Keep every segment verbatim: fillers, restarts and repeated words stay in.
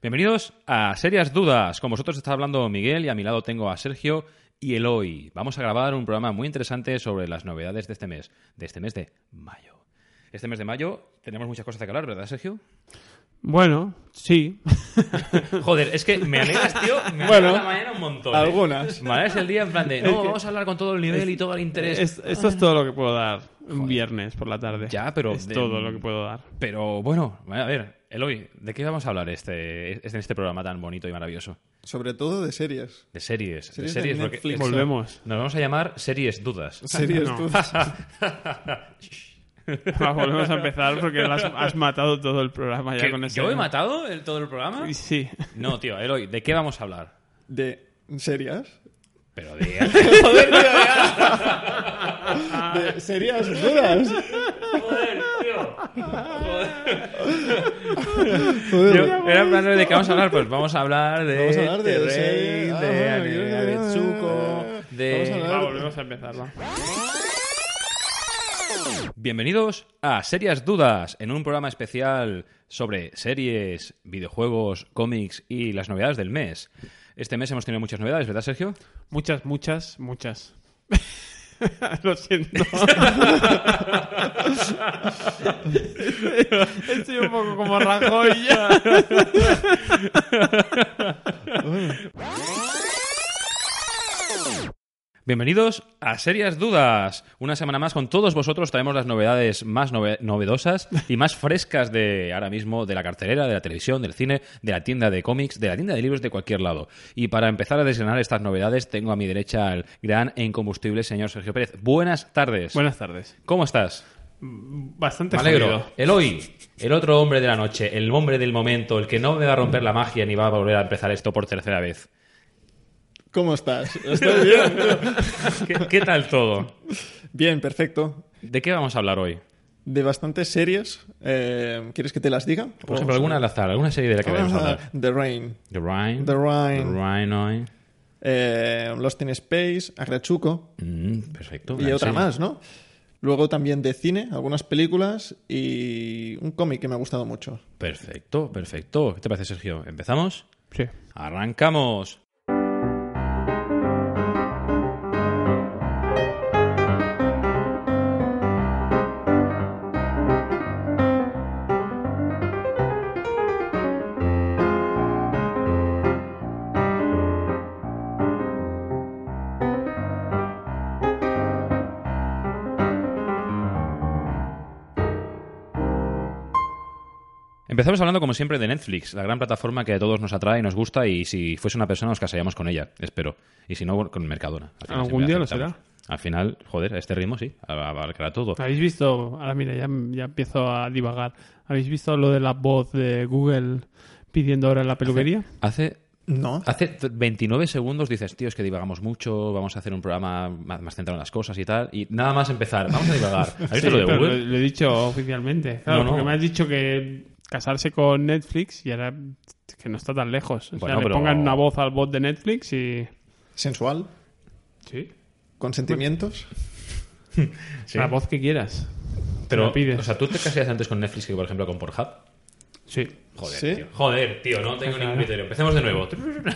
Bienvenidos a Serias Dudas. Con vosotros está hablando Miguel y a mi lado tengo a Sergio y Eloy. Vamos a grabar un programa muy interesante sobre las novedades de este mes, de este mes de mayo. Este mes de mayo tenemos muchas cosas que hablar, ¿verdad, Sergio? Bueno, sí. Joder, es que me alegras, tío, me bueno, alegras la mañana un montón. ¿eh? Algunas. Me alegras el día en plan de, no, vamos a hablar con todo el nivel es, y todo el interés. Es, esto es todo lo que puedo dar un Joder. viernes por la tarde. Ya, pero... Es de, todo lo que puedo dar. Pero bueno, a ver, Eloy, ¿de qué vamos a hablar este, este, en este programa tan bonito y maravilloso? Sobre todo de series. De series. Series de series de Netflix. Volvemos. Nos vamos a llamar Series Dudas. Series no. Dudas. Va, volvemos a empezar porque has, has matado todo el programa ya con ese... ¿Yo he matado el, todo el programa? Sí. No, tío, Eloy, ¿de qué vamos a hablar? De serias. Pero de... Joder, tío, ya. De serias dudas. Joder, tío. Joder. Yo, era en plan de qué vamos a hablar, pues vamos a hablar de... Vamos a hablar de Terrain, series. de Ah, de Agretsuko, de... Vamos a hablar- Va, volvemos a empezar, va. Bienvenidos a Serias Dudas, en un programa especial sobre series, videojuegos, cómics y las novedades del mes. Este mes hemos tenido muchas novedades, ¿verdad, Sergio? Muchas, muchas, muchas. Lo siento. Estoy un poco como Rajoy ya. Bienvenidos a Serias Dudas. Una semana más con todos vosotros traemos las novedades más nove- novedosas y más frescas de ahora mismo de la cartelera, de la televisión, del cine, de la tienda de cómics, de la tienda de libros, de cualquier lado. Y para empezar a desgranar estas novedades tengo a mi derecha al gran e incombustible señor Sergio Pérez. Buenas tardes. Buenas tardes. ¿Cómo estás? Bastante Me alegro. jodido. Eloy, el otro hombre de la noche, el hombre del momento, el que no me va a romper la magia ni va a volver a empezar esto por tercera vez. ¿Cómo estás? Estoy bien. ¿Qué, qué tal todo? Bien, perfecto. ¿De qué vamos a hablar hoy? De bastantes series. Eh, ¿Quieres que te las diga? Por ejemplo, alguna al azar, alguna serie de la que debemos hablar. The Rain. The Rhine. The Rain. The Rhine, hoy. Eh, Lost in Space. Agretsuko. Mm, perfecto. Y gran otra serie. más, ¿no? Luego también de cine, algunas películas y un cómic que me ha gustado mucho. Perfecto, perfecto. ¿Qué te parece, Sergio? ¿Empezamos? Sí. ¡Arrancamos! Empezamos hablando, como siempre, de Netflix, la gran plataforma que a todos nos atrae y nos gusta, y si fuese una persona nos casaríamos con ella, espero. Y si no, con Mercadona. Al final ¿Algún siempre día lo aceptamos. será? Al final, joder, a este ritmo sí, abarcará todo. ¿Habéis visto? Ahora mira, ya, ya empiezo a divagar. ¿Habéis visto lo de la voz de Google pidiendo ahora en la peluquería? Hace... No. Hace veintinueve segundos dices, tío, es que divagamos mucho, vamos a hacer un programa más, más centrado en las cosas y tal, y nada más empezar, vamos a divagar. ¿Has visto Sí, lo de pero Google? Lo, lo he dicho oficialmente. Claro, No, no. porque me has dicho que casarse con Netflix y ahora que no está tan lejos. O Bueno, sea, le pero- pongan una voz al bot de Netflix y... Sensual. Sí. Con sentimientos. Sí. La voz que quieras. Pero, la pides. o sea, ¿tú te casarías antes con Netflix que, por ejemplo, con Pornhub? Sí. Joder, ¿Sí? tío. Joder, tío, no tengo Claro. ningún criterio. Empecemos de nuevo.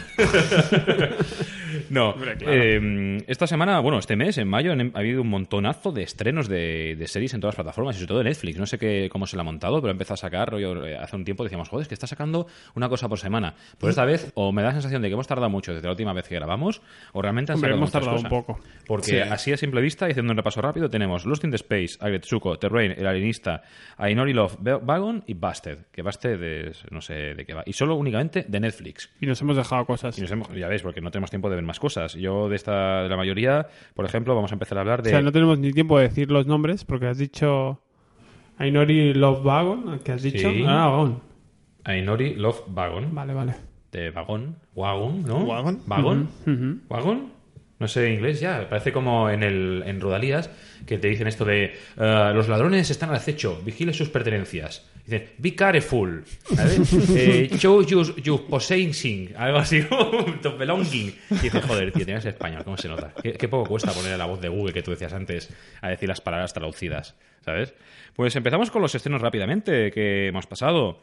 No, Hombre, claro. eh, esta semana, bueno, este mes, en mayo, han- ha habido un montonazo de estrenos de, de series en todas las plataformas y sobre todo de Netflix. No sé qué, cómo se la ha montado, pero empezó a sacar, rollo, eh, hace un tiempo decíamos, joder, es que está sacando una cosa por semana. Pues esta vez, o me da la sensación de que hemos tardado mucho desde la última vez que grabamos, o realmente han Hombre, sacado hemos muchas tardado un cosas. poco. Porque Sí. así a simple vista, y haciendo un repaso rápido, tenemos Lost in the Space, Agretsuko, Terrain, El Alienista, Ainori Love, Wagon y Busted. Que Busted es, no sé de qué va. Y solo únicamente de Netflix. Y nos hemos dejado cosas. Y nos hemos, ya ves, porque no tenemos tiempo de ver más cosas. Yo de esta, de la mayoría, por ejemplo, vamos a empezar a hablar de... O sea, no tenemos ni tiempo de decir los nombres porque has dicho Ainori Love Wagon, ¿qué has dicho? Sí. Ah, Wagon. Ainori Love Wagon. Vale, vale. De vagón. Wagon, ¿no? Wagon. Wagon. Ujú, ujú. ¿Wagon? No sé inglés ya. Parece como en el en Rodalías que te dicen esto de eh, los ladrones están al acecho, vigile sus pertenencias. Dicen, be careful. ¿Sabes? eh, show your, your possessing. Algo así como to belonging. Y dices, joder, tío, tienes español, ¿cómo se nota? ¿Qué, qué poco cuesta poner la voz de Google que tú decías antes a decir las palabras traducidas, ¿sabes? Pues empezamos con los estrenos rápidamente que hemos pasado.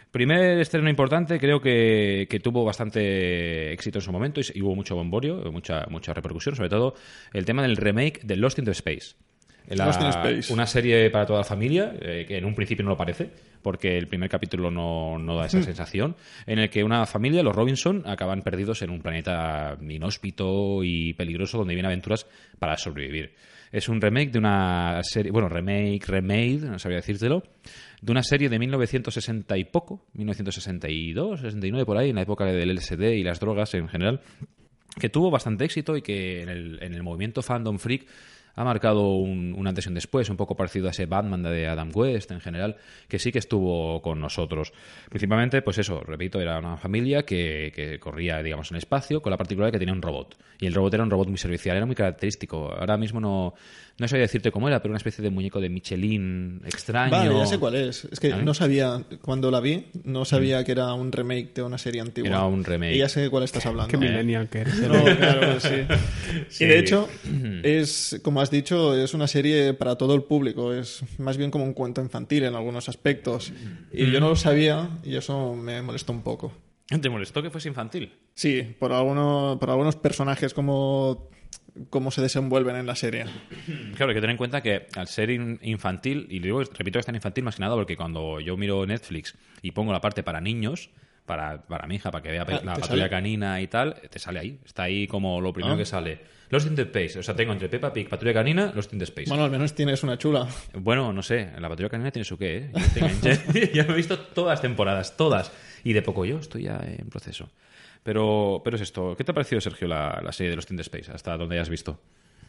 Primer estreno importante, creo que, que tuvo bastante éxito en su momento y, y hubo mucho bomborio, mucha, mucha repercusión, sobre todo el tema del remake de Lost in the Space. La, Lost in Space. Una serie para toda la familia, eh, que en un principio no lo parece, porque el primer capítulo no, no da esa Mm. sensación, en el que una familia, los Robinson, acaban perdidos en un planeta inhóspito y peligroso donde vienen aventuras para sobrevivir. Es un remake de una serie, bueno, remake, remade, no sabría decírtelo, de una serie de mil novecientos sesenta y poco, mil novecientos sesenta y dos, sesenta y nueve por ahí, en la época del L S D y las drogas en general, que tuvo bastante éxito y que en el, en el movimiento fandom freak ha marcado un, un antes y un después, un poco parecido a ese Batman de Adam West en general, que sí que estuvo con nosotros. Principalmente, pues eso, repito, era una familia que, que corría, digamos, en el espacio, con la particularidad que tenía un robot. Y el robot era un robot muy servicial, era muy característico. Ahora mismo no, no sabía decirte cómo era, pero una especie de muñeco de Michelin extraño. Vale, ya sé cuál es. Es que ¿Vale? no sabía, cuando la vi, no sabía que era un remake de una serie antigua. Era un remake. Y ya sé de cuál estás hablando. Qué millennial que eres. No, claro, sí. Sí. Y de hecho, es, como has dicho, es una serie para todo el público. Es más bien como un cuento infantil en algunos aspectos. Y yo no lo sabía y eso me molestó un poco. ¿Te molestó que fuese infantil? Sí, por, alguno, por algunos personajes como cómo se desenvuelven en la serie. Claro, hay que tener en cuenta que al ser in- infantil, y luego repito que es tan infantil más que nada porque cuando yo miro Netflix y pongo la parte para niños, para, para mi hija, para que vea pe- Ah, la ¿te patrulla sale? canina y tal, te sale ahí. Está ahí como lo primero Ah. que sale. Lost in the Space. O sea, tengo entre Peppa Pig, patrulla canina, Lost in the Space. Bueno, al menos tienes una chula. Bueno, no sé, la patrulla canina tiene su qué, ¿eh? Yo te enganché. Ya me he visto todas las temporadas, todas. Y de poco yo estoy ya en proceso. Pero, pero es esto. ¿Qué te ha parecido, Sergio, la, la serie de Lost in the Space? Hasta donde hayas visto.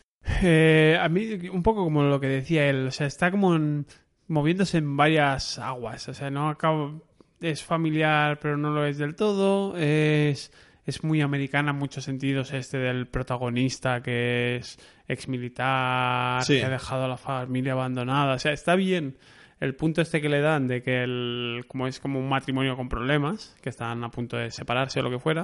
Eh, a mí, un poco como lo que decía él, o sea, está como en- moviéndose en varias aguas, o sea, no acabo, es familiar, pero no lo es del todo, es, es muy americana en muchos sentidos, este del protagonista que es exmilitar, Sí. que ha dejado a la familia abandonada, o sea, está bien el punto este que le dan de que el, como es como un matrimonio con problemas, que están a punto de separarse o lo que fuera,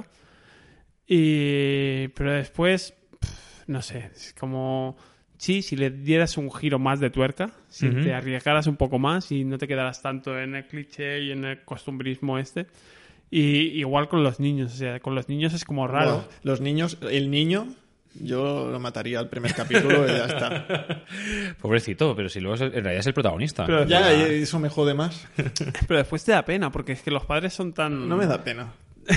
y pero después no sé, es como sí, si le dieras un giro más de tuerca, si Ujú. te arriesgaras un poco más y no te quedaras tanto en el cliché y en el costumbrismo este. Y igual con los niños, o sea, con los niños es como raro. Buah, los niños, el niño, yo lo mataría al primer capítulo y ya está. Pobrecito, pero si luego es el- en realidad es el protagonista. Pero- Ya, y eso me jode más. Pero después te da pena, porque es que los padres son tan... No me da pena.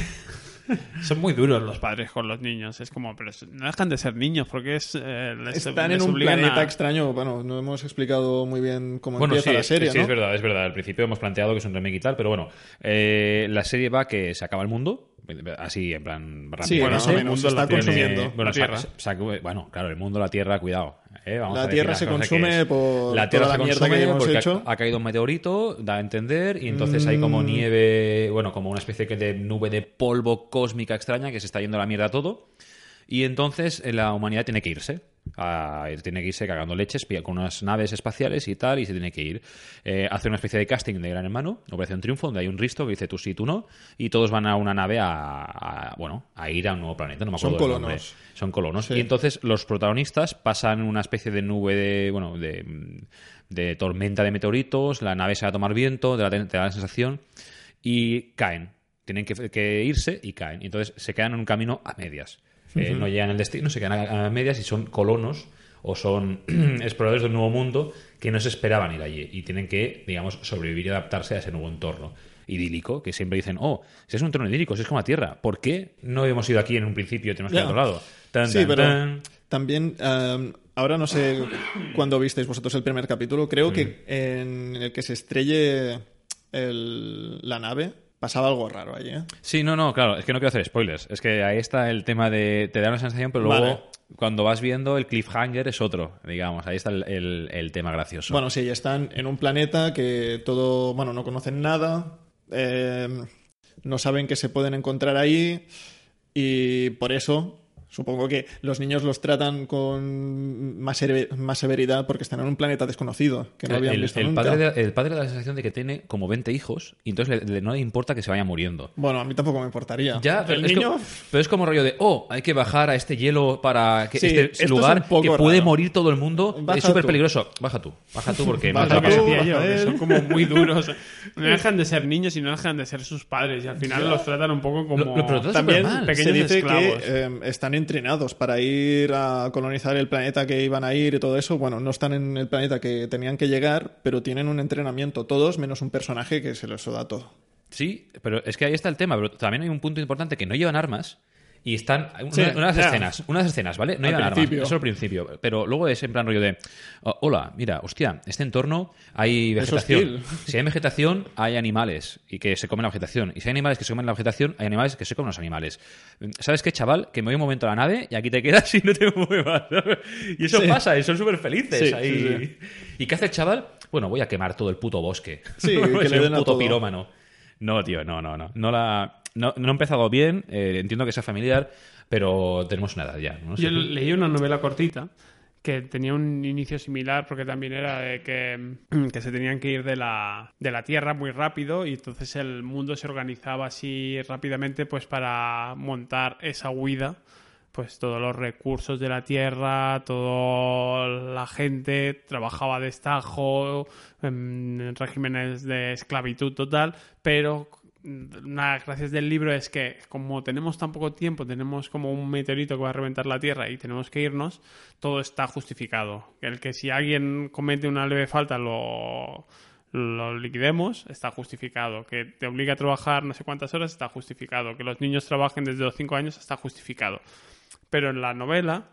Son muy duros los padres con los niños. Es como, pero no dejan de ser niños, porque es... eh, les- Están les en un obligan planeta a- extraño. Bueno, no hemos explicado muy bien cómo Bueno, empieza sí, la serie, sí, ¿no? es verdad, es verdad. Al principio hemos planteado que es un remake y tal, pero bueno, eh, la serie va que se acaba el mundo, así en plan rápido. Sí, Bueno, más o el menos. mundo Se está la tiene- consumiendo. Bueno, la sa- Tierra. sa- bueno, claro, el mundo, la Tierra, cuidado. eh, vamos La a decir Tierra las se cosas que consume es. por La Tierra toda se la mierda consume que hemos porque ha- hecho. Ha, caído un meteorito, da a entender, y entonces hay como Mm. nieve, bueno, como una especie de nube de polvo cósmica extraña que se está yendo a la mierda todo. Y entonces eh, la humanidad tiene que irse. Ah, tiene que irse cagando leches pi- con unas naves espaciales y tal, y se tiene que ir. Eh, hace una especie de casting de Gran Hermano, Operación Triunfo, donde hay un Risto que dice tú sí, tú no, y todos van a una nave a, a- bueno, a ir a un nuevo planeta. No me Son acuerdo del nombre. colonos. Son colonos. Sí. Y entonces los protagonistas pasan una especie de nube de, bueno, de, de tormenta de meteoritos, la nave se va a tomar viento, te da, te da la sensación, y caen. Tienen que, que irse y caen. Y entonces se quedan en un camino a medias. Eh, no llegan al destino, se quedan a, a medias y son colonos o son exploradores del nuevo mundo que no se esperaban ir allí y tienen que, digamos, sobrevivir y adaptarse a ese nuevo entorno idílico, que siempre dicen, oh, si es un entorno idílico, si es como la Tierra, ¿por qué no hemos ido aquí en un principio y tenemos que ir a Ya. otro lado? Tan, Sí, tan, pero tan. también, eh, ahora no sé cuándo visteis vosotros el primer capítulo, creo Mm. que en el que se estrelle el- la nave pasaba algo raro allí, ¿eh? Sí, no, no, claro, es que no quiero hacer spoilers. Es que ahí está el tema de... Te da una sensación, pero luego, Vale. cuando vas viendo, el cliffhanger es otro, digamos. Ahí está el, el- el tema gracioso. Bueno, sí, están en un planeta que todo, bueno, no conocen nada, eh, no saben que se pueden encontrar ahí y por eso Supongo que los niños los tratan con más, sever- más severidad porque están en un planeta desconocido, que no habían el, visto el nunca. padre de- el padre da la sensación de que tiene como veinte hijos y entonces le- le- no le importa que se vaya muriendo. Bueno, a mí tampoco me importaría. Ya, pero el es, niño... como, pero es como rollo de, oh, hay que bajar a este hielo para que Sí, esto este es lugar un poco que puede raro. morir todo el mundo. Baja es súper tú. peligroso. Baja tú, baja tú porque no Baja te Lo que tú, vas. decía yo, baja que él. son como muy duros. No dejan de ser niños y no dejan de ser sus padres. Y al final los tratan un poco como Lo- lo- pero todo También supermal. se pequeños dice esclavos. que eh, están entrenados para ir a colonizar el planeta que iban a ir y todo eso. Bueno, no están en el planeta que tenían que llegar, pero tienen un entrenamiento todos, menos un personaje que se los da todo. Sí, pero es que ahí está el tema. Pero también hay un punto importante que no llevan armas. Y están una- Sí, unas ya. escenas, unas escenas, ¿vale? No Al llevan armas, principio. eso al principio. Pero luego es en plan rollo de, oh, hola, mira, hostia, este entorno hay vegetación. hostil. Si hay vegetación, hay animales y que se comen la vegetación. Y si hay animales que se comen la vegetación, hay animales que se comen los animales. ¿Sabes qué, chaval? Que me voy un momento a la nave y aquí te quedas y no te muevas. ¿sabes? Y eso Sí. pasa, y son súper felices Sí, ahí. sí, ¿Y qué hace el chaval? Bueno, voy a quemar todo el puto bosque. Sí, Voy a que ser le un den a puto todo. pirómano. No, tío, no, no, no. No la... No, no he empezado bien, eh, entiendo que sea familiar, pero tenemos una edad ya. No sé Yo tú. leí una novela cortita que tenía un inicio similar porque también era de que, que se tenían que ir de la, de la Tierra muy rápido y entonces el mundo se organizaba así rápidamente pues para montar esa huida. Pues todos los recursos de la tierra, toda la gente trabajaba a destajo, en regímenes de esclavitud total, pero una de las gracias del libro es que como tenemos tan poco tiempo, tenemos como un meteorito que va a reventar la Tierra y tenemos que irnos, todo está justificado. El que si alguien comete una leve falta lo... lo liquidemos, está justificado. Que te obliga a trabajar no sé cuántas horas, está justificado. Que los niños trabajen desde los cinco años, está justificado. Pero en la novela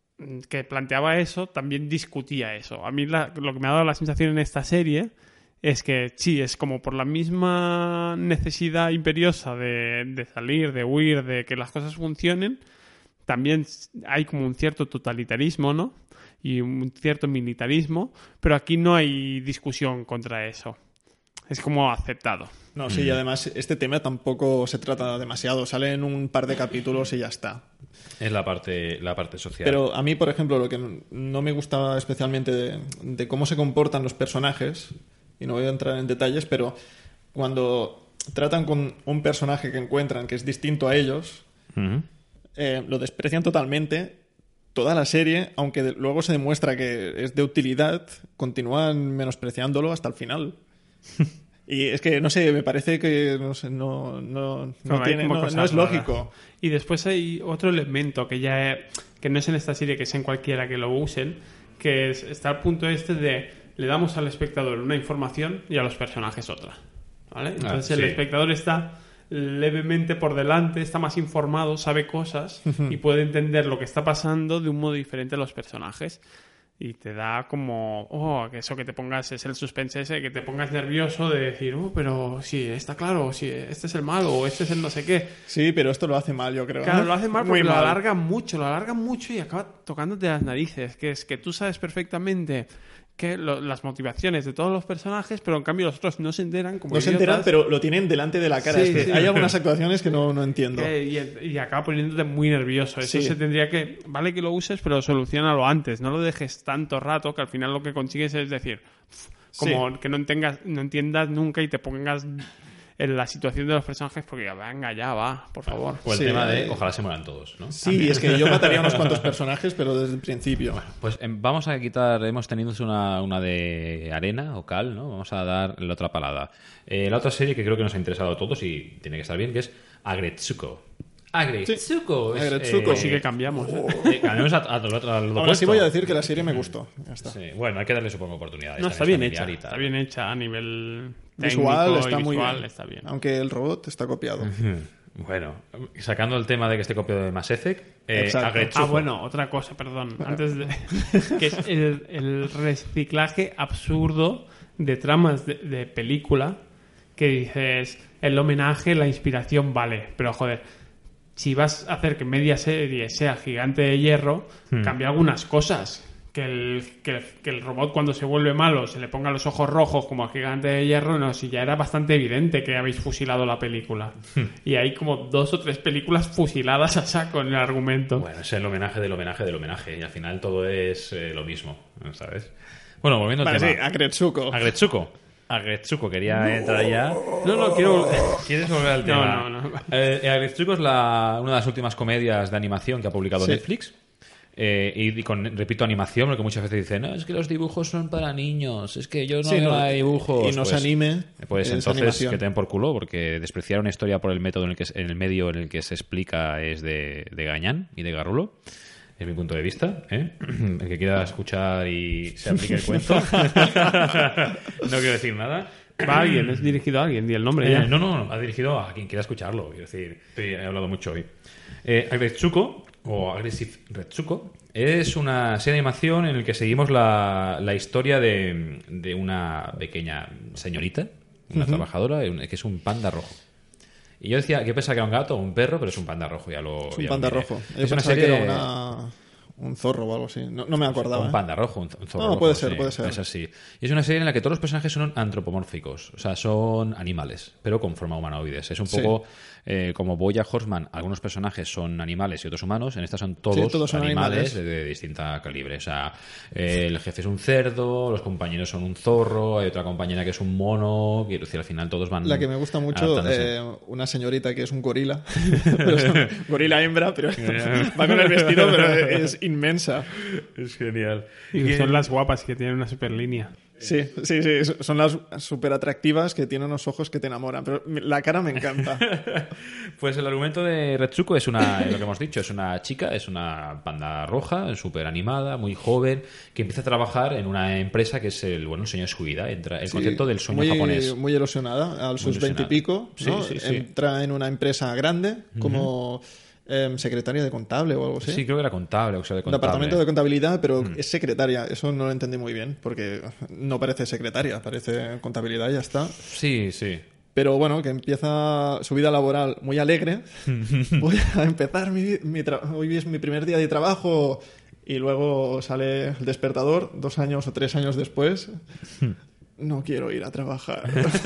que planteaba eso, también discutía eso. A mí la- lo que me ha dado la sensación en esta serie es que sí, es como por la misma necesidad imperiosa de, de salir, de huir, de que las cosas funcionen, también hay como un cierto totalitarismo, ¿no? Y un cierto militarismo, pero aquí no hay discusión contra eso. Es como aceptado. No, sí, y además este tema tampoco se trata demasiado. Sale en un par de capítulos y ya está. Es la parte, la parte social. Pero a mí, por ejemplo, lo que no me gustaba especialmente de, de cómo se comportan los personajes, y no voy a entrar en detalles, pero cuando tratan con un personaje que encuentran que es distinto a ellos, Ujú. eh, lo desprecian totalmente. Toda la serie, aunque de- luego se demuestra que es de utilidad, continúan menospreciándolo hasta el final. Y es que, no sé, me parece que no, sé, no, no, no, Como hay tiene, como no, cosas no es raras. lógico. Y después hay otro elemento que ya he- que no es en esta serie, que es en cualquiera que lo usen, que es, está al punto este de le damos al espectador una información y a los personajes otra. ¿Vale? Entonces Ah, el sí. espectador está levemente por delante, está más informado, sabe cosas y puede entender lo que está pasando de un modo diferente a los personajes. Y te da como, oh, que eso que te pongas, es el suspense ese, que te pongas nervioso de decir, oh, pero sí, está claro, sí, este es el malo o este es el no sé qué. Sí, pero esto lo hace mal, yo creo. Claro, ¿eh? lo hace mal Muy porque lo mal. alarga mucho, lo alarga mucho y acaba tocándote las narices. Que es que tú sabes perfectamente que lo- las motivaciones de todos los personajes, pero en cambio los otros no se enteran como No se idiotas, enteran, pero lo tienen delante de la cara. Sí, es que sí. hay algunas actuaciones que no, no entiendo. que- y, y acaba poniéndote muy nervioso. Eso Sí. se tendría que... Vale que lo uses, pero solucionalo antes. No lo dejes tanto rato que al final lo que consigues es decir... pf, Como que no, entengas, no entiendas nunca y te pongas en la situación de los personajes porque ya, venga, ya va, por favor. O el Sí, tema de eh, ojalá se mueran todos, ¿no? Sí, es que yo mataría a unos cuantos personajes, pero desde el principio. Pues em, vamos a quitar, hemos tenido una, una de arena o cal, ¿no? Vamos a dar la otra palada. Eh, la otra serie que creo que nos ha interesado a todos y tiene que estar bien, que es Agretsuko. Agretsuko. es, Agretsuko. Pues sí que cambiamos. ¿eh? eh, cambiamos a, a, a, a lo Ahora sí opuesto. voy a decir que la serie me gustó. Ya está. Sí, bueno, hay que darle, supongo, oportunidades. No, también está es bien familiar hecha. y tal. Está bien hecha a nivel Visual técnico está y muy visual bien. está bien. Aunque el robot está copiado. Bueno, sacando el tema de que esté copiado de Mass Effect, eh, Exacto. Agretsuko. Ah, bueno, otra cosa, perdón. Antes de... que es el, el reciclaje absurdo de tramas de, de película que dices, el homenaje, la inspiración, vale. Pero, joder, si vas a hacer que media serie sea Gigante de Hierro, Hmm. cambia algunas cosas. que el, que, el, que el robot cuando se vuelve malo se le ponga los ojos rojos como al gigante de hierro, no, si ya era bastante evidente que habéis fusilado la película. Y hay como dos o tres películas fusiladas a saco en el argumento. Bueno, es el homenaje del homenaje del homenaje y al final todo es eh, lo mismo, ¿sabes? Bueno, volviendo al Vale, tema. sí, a Gretsuko. A Gretsuko. A Gretsuko, quería no. entrar ya. No, no, quiero... ¿Quieres volver al tema? No, no, no. Eh, a Gretsuko es la, una de las últimas comedias de animación que ha publicado sí. Netflix. Eh, y, y con, repito, animación, porque muchas veces dicen, no, es que los dibujos son para niños, es que yo no sí, veo no, dibujos. Y no pues, se anime. Pues es entonces animación. que te den por culo, porque despreciar una historia por el método en el que en el medio en el que se explica es de, de Gañán y de Garrulo. Es mi punto de vista, ¿eh? El que quiera escuchar y se aplique el cuento. No quiero decir nada. Va a alguien, es dirigido a alguien, di el nombre. Eh, ya. no, no, ha dirigido a quien quiera escucharlo. Quiero decir, sí, he hablado mucho hoy. Eh, Agretsuko, o Aggressive Retsuko, es una serie de animación en la que seguimos la, la historia de, de una pequeña señorita, una uh-huh. trabajadora, que es un panda rojo. Y yo decía que pensaba que era un gato o un perro, pero es un panda rojo, ya lo Es un ya panda lo rojo. Yo es una serie... serie que era una... un zorro o algo así. No, no me acordaba. Un ¿eh? panda rojo, un zorro No, rojo, puede ser, sí, puede ser. Es así. Y es una serie en la que todos los personajes son antropomórficos, o sea, son animales, pero con forma humanoides. Es un poco sí. eh, como Boya Horseman, algunos personajes son animales y otros humanos, en esta son todos, sí, todos son animales, animales de, de distinta calibre. O sea, eh, el jefe es un cerdo, los compañeros son un zorro, hay otra compañera que es un mono, quiero decir, al final todos van. La que me gusta mucho, eh, una señorita que es un gorila, pero es un gorila hembra, pero va con el vestido, pero es inmensa. Es genial. Y que son las guapas que tienen una super línea. Sí, sí, sí, son las súper atractivas que tienen unos ojos que te enamoran, pero la cara me encanta. Pues el argumento de Retsuko es una, lo que hemos dicho, es una chica, es una panda roja, súper animada, muy joven, que empieza a trabajar en una empresa que es el, bueno, el sueño de su vida, entra el sí, concepto del sueño muy, japonés. Muy ilusionada, a sus veintipico, ¿no? Sí, sí, sí. Entra en una empresa grande como... Uh-huh. Eh, secretaria de contable o algo así. Sí, creo que era contable, o sea, de contable. Departamento de contabilidad, pero mm. es secretaria. Eso no lo entendí muy bien, porque no parece secretaria, parece contabilidad y ya está. Sí, sí. Pero bueno, que empieza su vida laboral muy alegre. Voy a empezar mi, mi tra- hoy es mi primer día de trabajo y luego sale el despertador dos años o tres años después. No quiero ir a trabajar.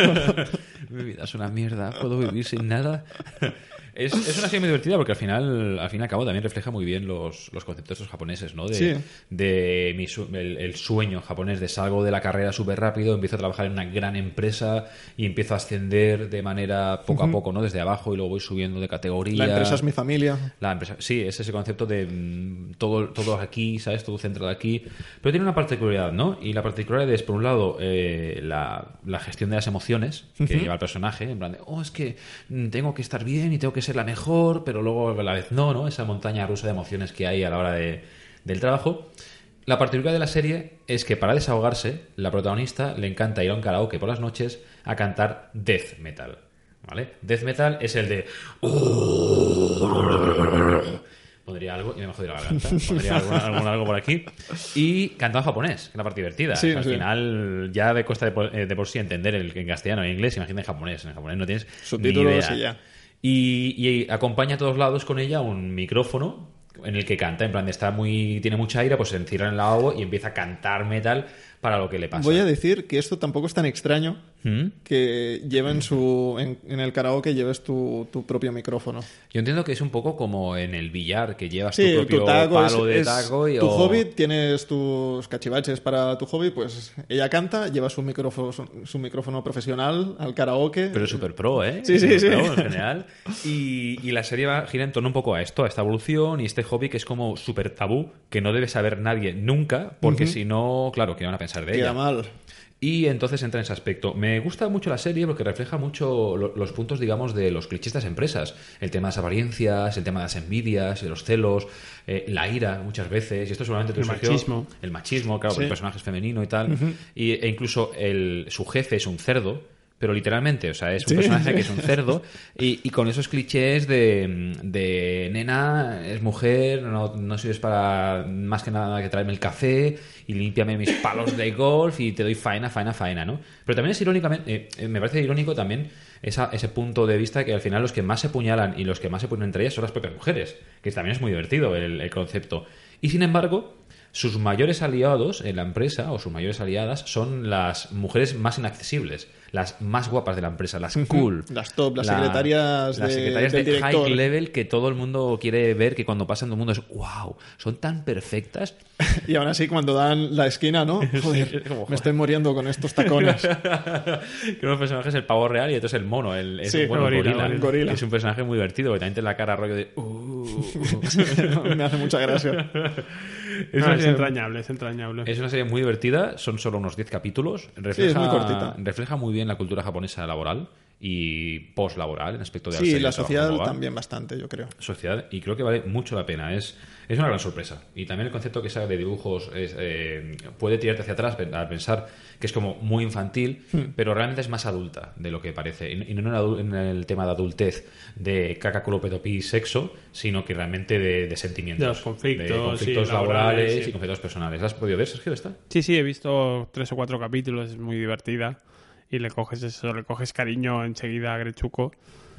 Mi vida es una mierda, puedo vivir sin nada. Es, es una serie muy divertida porque al final, al fin y al cabo, también refleja muy bien los, los conceptos de los japoneses, ¿no? De, sí. de mi, el, el sueño japonés de salgo de la carrera súper rápido, empiezo a trabajar en una gran empresa y empiezo a ascender de manera poco uh-huh. a poco, ¿no? Desde abajo y luego voy subiendo de categoría. La empresa es mi familia. La empresa, sí, es ese concepto de mmm, todo, todo aquí, ¿sabes? Todo centrado aquí. Pero tiene una particularidad, ¿no? Y la particularidad es, por un lado, eh, la, la gestión de las emociones que uh-huh. lleva el personaje, en plan de, oh, es que tengo que estar bien y tengo que ser la mejor, pero luego a la vez no, ¿no? Esa montaña rusa de emociones que hay a la hora de, del trabajo. La particularidad de la serie es que para desahogarse, la protagonista le encanta ir a un karaoke por las noches a cantar death metal, ¿vale? Death metal es el de... Pondría algo y me he jodido la garganta. Pondría algo, algo, algo por aquí. Y cantaba en japonés, que es la parte divertida. Sí, o sea, sí. Al final ya de cuesta de por, de por sí entender el, en castellano e inglés, imagina en japonés. En japonés no tienes subtítulos ni idea. Y ya. Y, y acompaña a todos lados con ella un micrófono en el que canta, en plan de está muy, tiene mucha ira, pues se encierra en el lavabo y empieza a cantar metal para lo que le pasa. Voy a decir que esto tampoco es tan extraño ¿Mm? que lleven su en, en el karaoke lleves tu, tu propio micrófono. Yo entiendo que es un poco como en el billar, que llevas sí, tu propio tu taco palo es, de es taco. Y, tu o... hobby, tienes tus cachivaches para tu hobby, pues ella canta, lleva su micrófono, su micrófono profesional al karaoke. Pero súper pro, ¿eh? Sí, sí, sí. Pro, en general. Y, y la serie va, gira en torno un poco a esto, a esta evolución y este hobby que es como súper tabú, que no debe saber nadie nunca, porque uh-huh. si no, claro, ¿qué van a pensar de Queda ella? mal. Y entonces entra en ese aspecto. Me gusta mucho la serie porque refleja mucho lo, los puntos, digamos, de los clichés de las empresas. El tema de las apariencias, el tema de las envidias, de los celos, eh, la ira muchas veces. Y esto seguramente te el surgió, machismo. El machismo, claro, sí. porque el personaje es femenino y tal. Uh-huh. Y, e incluso el, su jefe es un cerdo. Pero literalmente, o sea, es un sí, personaje sí. que es un cerdo y, y con esos clichés de, de nena, es mujer, no, no sirves para más que nada que traerme el café y límpiame mis palos de golf y te doy faena, faena, faena, ¿no? Pero también es irónicamente, eh, me parece irónico también esa, ese punto de vista que al final los que más se apuñalan y los que más se ponen entre ellas son las propias mujeres, que también es muy divertido el, el concepto. Y sin embargo... O sus mayores aliados en la empresa, o sus mayores aliadas, son las mujeres más inaccesibles, las más guapas de la empresa, las cool. Las top, las La- secretarias las de- secretarias del de director. high level que todo el mundo quiere ver, que cuando pasan todo el mundo es wow, son tan perfectas. Y aún así, cuando dan la esquina, ¿no? Joder, es como, joder. me estoy muriendo con estos tacones. Que uno de los personajes es el pavo real y otro es el mono, el, es Sí, un, bueno, el gorila, gorila, gorila. Gorila. que es un personaje muy divertido, que también tiene la cara rollo de... Uh, Me hace mucha gracia. es, No, una es serie, entrañable, es entrañable. es una serie muy divertida, son solo unos diez capítulos, refleja, Sí, es muy cortita. refleja muy bien la cultura japonesa laboral y post-laboral en aspecto de Sí, serie la de trabajo social global. también bastante, yo creo. Sociedad, y creo que vale mucho la pena. Es, es una gran sorpresa. Y también el concepto que sale de dibujos es, eh, puede tirarte hacia atrás al pensar que es como muy infantil, pero realmente es más adulta de lo que parece. Y, y no en el, adu- en el tema de adultez de caca, culo, pedo, pis, sexo, sino que realmente de, de sentimientos. De los conflictos, de conflictos sí, laborales, laborales, sí. y conflictos personales. ¿Las has podido ver, Sergio, esta? Sí, sí, he visto tres o cuatro capítulos, es muy divertida. Y le coges eso, le coges cariño enseguida a Grechuko.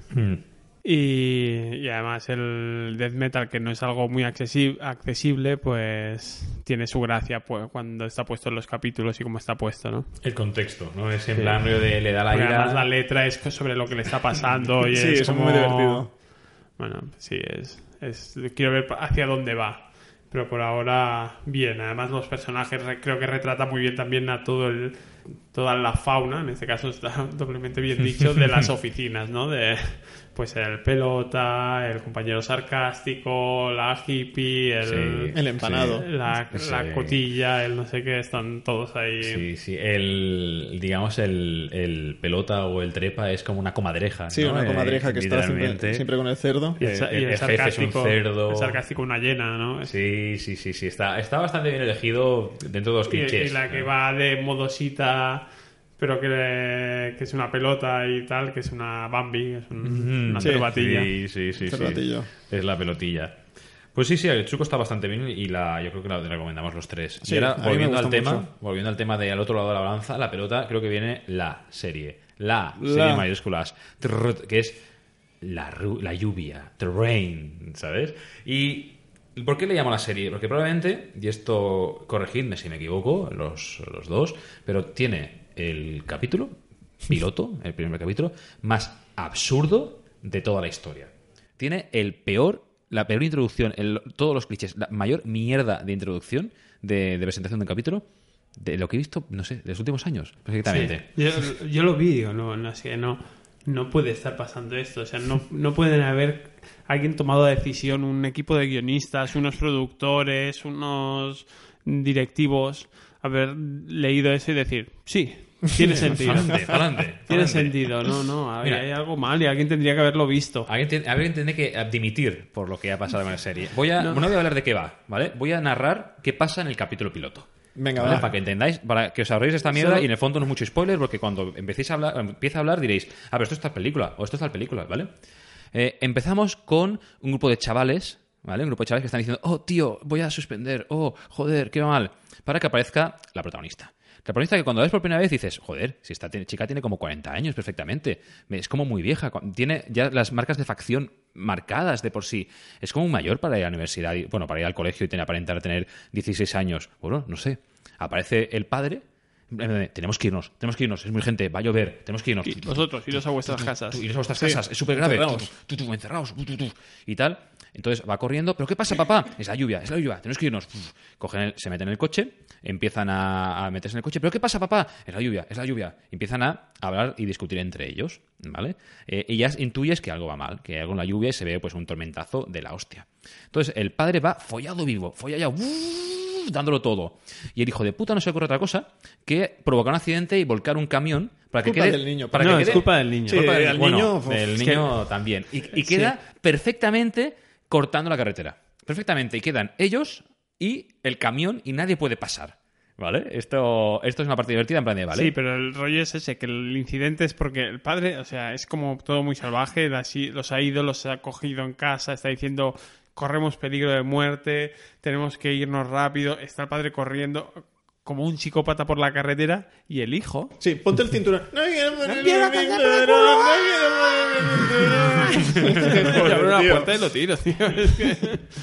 Y, y además el death metal, que no es algo muy accesi- accesible, pues tiene su gracia pues, cuando está puesto en los capítulos y cómo está puesto, ¿no? El contexto, ¿no? Es en plan rollo de le da la Porque ira. además la letra es sobre lo que le está pasando y Sí, es es como... muy divertido. Bueno, sí, es, es... Quiero ver hacia dónde va. Pero por ahora, bien. Además, los personajes re- creo que retrata muy bien también a todo el... toda la fauna, en este caso está doblemente bien dicho, de las oficinas, ¿no? De, pues el pelota, el compañero sarcástico, la hippie, el, Sí, El empanado. la, Sí. la cotilla, el no sé qué, están todos ahí. Sí, sí. El, digamos, el, el pelota o el trepa es como una comadreja. Sí, ¿no? una Eh, comadreja que está siempre, literalmente. siempre con el cerdo. Y el, Eh, sa- y el- el el jefe es un sarcástico, cerdo. el sarcástico una llena, ¿no? Sí, sí, sí, sí. Está, está bastante bien elegido dentro de los Y, clichés. y la que va de modosita, pero que, que es una pelota y tal, que es una Bambi, es un- una Sí. cervatilla. Sí, sí, sí. sí. Cervatillo. Es la pelotilla. Pues sí, sí, el Chuco está bastante bien y la, yo creo que la recomendamos los tres. Sí, y ahora, a mí me volviendo al gusta tema, mucho. volviendo al tema de al otro lado de la balanza, la pelota, creo que viene la serie. La, La. serie en mayúsculas. Trrr, que es la, ru- la lluvia. The rain, ¿sabes? Y ¿por qué le llamo la serie? Porque probablemente, y esto corregidme si me equivoco, los, los dos, pero tiene el capítulo piloto, el primer capítulo, más absurdo de toda la historia. Tiene el peor, la peor introducción, el- todos los clichés, la mayor mierda de introducción, de, de presentación de un capítulo, de lo que he visto, no sé, de los últimos años, perfectamente. Sí. Yo, yo lo vi, digo, no, no, es que no, no puede estar pasando esto. O sea, no, no pueden haber alguien tomado la decisión, un equipo de guionistas, unos productores, unos directivos, haber leído eso y decir, sí, tiene sentido. Adelante, adelante. Tiene adelante. sentido, no, no, hay, Mira. hay algo mal y alguien tendría que haberlo visto. Alguien, tiene- alguien tiene que dimitir por lo que ha pasado en la serie. Voy a, no. no voy a hablar de qué va, ¿vale? Voy a narrar qué pasa en el capítulo piloto. Venga, ¿Vale? va. Para que entendáis, para que os ahorréis esta mierda. Solo- Y en el fondo no es mucho spoiler, porque cuando empecéis a hablar, empieza a hablar diréis, ah, pero esto es tal película, o esto es tal película, ¿vale? Eh, empezamos con un grupo de chavales, ¿vale? Un grupo de chavales que están diciendo, oh, tío, voy a suspender, oh, joder, qué mal, para que aparezca la protagonista. La protagonista que cuando la ves por primera vez dices, joder, si esta chica tiene como cuarenta años perfectamente, es como muy vieja, tiene ya las marcas de facción marcadas de por sí, es como un mayor para ir a la universidad, y, bueno, para ir al colegio y tener, aparentar tener dieciséis años, bueno, no sé. Aparece el padre, tenemos que irnos, tenemos que irnos, es muy gente, va a llover, tenemos que irnos. Y vosotros, iros a vuestras casas. Tú, iros a vuestras casas, es súper grave. encerraos. Tú, tú, tú, encerraos, tú, tú, tú, y tal. Entonces va corriendo, ¿pero qué pasa, papá? Es la lluvia, es la lluvia, tenemos que irnos. Cogen el- se meten en el coche, empiezan a, a meterse en el coche, ¿pero qué pasa, papá? Es la lluvia, es la lluvia. Empiezan a hablar y discutir entre ellos, ¿vale? Eh, y ya intuyes que algo va mal, que hay algo en la lluvia y se ve pues un tormentazo de la hostia. Entonces el padre va follado vivo, follado, ¡uh! dándolo todo. Y el hijo de puta no se le ocurre otra cosa que provocar un accidente y volcar un camión para que Culpa quede... del niño. Para No, que es quede- culpa del niño. Sí, culpa del al bueno, niño, uf, del es niño también. Y, y queda perfectamente cortando la carretera. Perfectamente. Y quedan ellos y el camión y nadie puede pasar. ¿Vale? Esto, esto es una parte divertida en plan de, ¿vale? Sí, pero el rollo es ese, que el incidente es porque el padre, o sea, es como todo muy salvaje, las i- los ha ido, los ha cogido en casa, está diciendo, corremos peligro de muerte, tenemos que irnos rápido, está el padre corriendo como un psicópata por la carretera y el hijo... Sí, ponte el cinturón. No quiero poner quiero el pasar cinturón, no quiero poner el cinturón. Le abro la Tío. puerta y lo tiro, tío. Es que...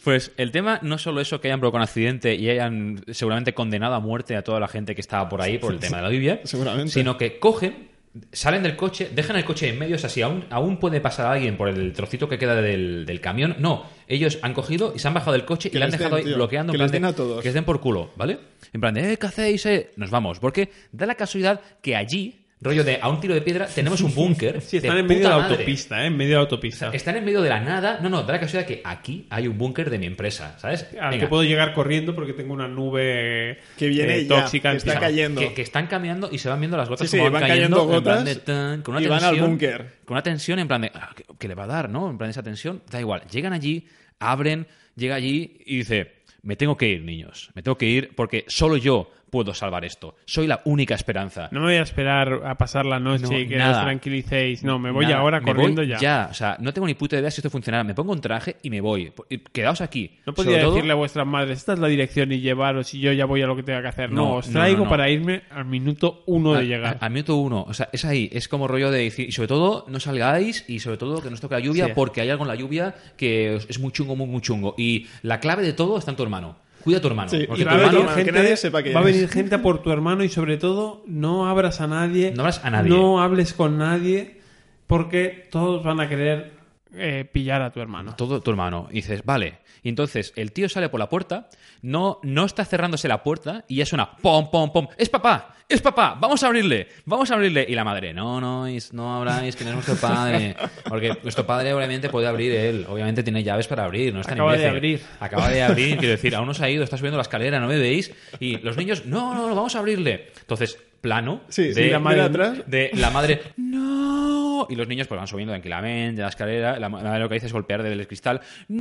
Pues el tema no es solo eso, que hayan provocado un accidente y hayan seguramente condenado a muerte a toda la gente que estaba por ahí por el tema de la lluvia, Seguramente. sino que cogen, salen del coche, dejan el coche en medio, o sea, si aún, aún puede pasar alguien por el trocito que queda del, del camión, no, ellos han cogido y se han bajado del coche Que y le han les dejado den, ahí tío, bloqueando. que en plan les den de- a todos. Que les den por culo, ¿vale? En plan de, eh, ¿qué hacéis? Eh? Nos vamos, porque da la casualidad que allí, rollo de a un tiro de piedra, tenemos un búnker. Sí, están de en medio de puta la madre. autopista, ¿eh? En medio de la autopista. Están en medio de la nada. No, no, da la casualidad que aquí hay un búnker de mi empresa, ¿sabes? Al Venga, que puedo llegar corriendo porque tengo una nube Que viene eh, ya, tóxica. que está encima. cayendo. Que, que están caminando y se van viendo las gotas Sí, sí, como van van cayendo cayendo, en plan gotas de tan, con una y van al tensión, búnker. con una tensión en plan de ah, que, que le va a dar, ¿no? En plan de esa tensión, da igual. Llegan allí, abren, llega allí y dice, me tengo que ir, niños, me tengo que ir porque solo yo puedo salvar esto. Soy la única esperanza. No me voy a esperar a pasar la noche No, y que nada. os tranquilicéis. No, me voy Nada, ahora me corriendo voy ya. Ya, o sea, no tengo ni puta idea si esto funcionará. Me pongo un traje y me voy. Y quedaos aquí. No podía Sobre todo- decirle a vuestras madres, esta es la dirección y llevaros y yo ya voy a lo que tenga que hacer. No, No, os no, traigo no, no. para irme al minuto uno de a- llegar. a- Al minuto uno. O sea, es ahí. Es como rollo de decir. Y sobre todo, no salgáis. Y sobre todo, que no os toque la lluvia. Sí. Porque hay algo en la lluvia que es muy chungo, muy, muy chungo. Y la clave de todo está en tu hermano. Cuida a tu hermano. Sí, porque y tu va a hermano. venir gente- que nadie sepa quién va a es. venir gente a por tu hermano y sobre todo no abras a nadie. No abras a nadie. No hables con nadie porque todos van a querer eh, pillar a tu hermano. Todo tu hermano. Y dices, vale. Y entonces el tío sale por la puerta, no, no está cerrándose la puerta y ya suena pom, pom, pom. ¡Es papá! ¡Es papá! ¡Vamos a abrirle! ¡Vamos a abrirle! Y la madre, no, no, is- no abráis, que no es nuestro padre. Porque nuestro padre obviamente puede abrir él. Obviamente tiene llaves para abrir. No está Acaba ni de abrir. Acaba de abrir. Quiero decir, aún no se ha ido, está subiendo la escalera, ¿no me veis? Y los niños, no, no, no, vamos a abrirle. Entonces, plano Sí, de, sí, la madre atrás. de la madre, no. Y los niños pues van subiendo tranquilamente la escalera. La madre lo que hace es golpear desde el cristal,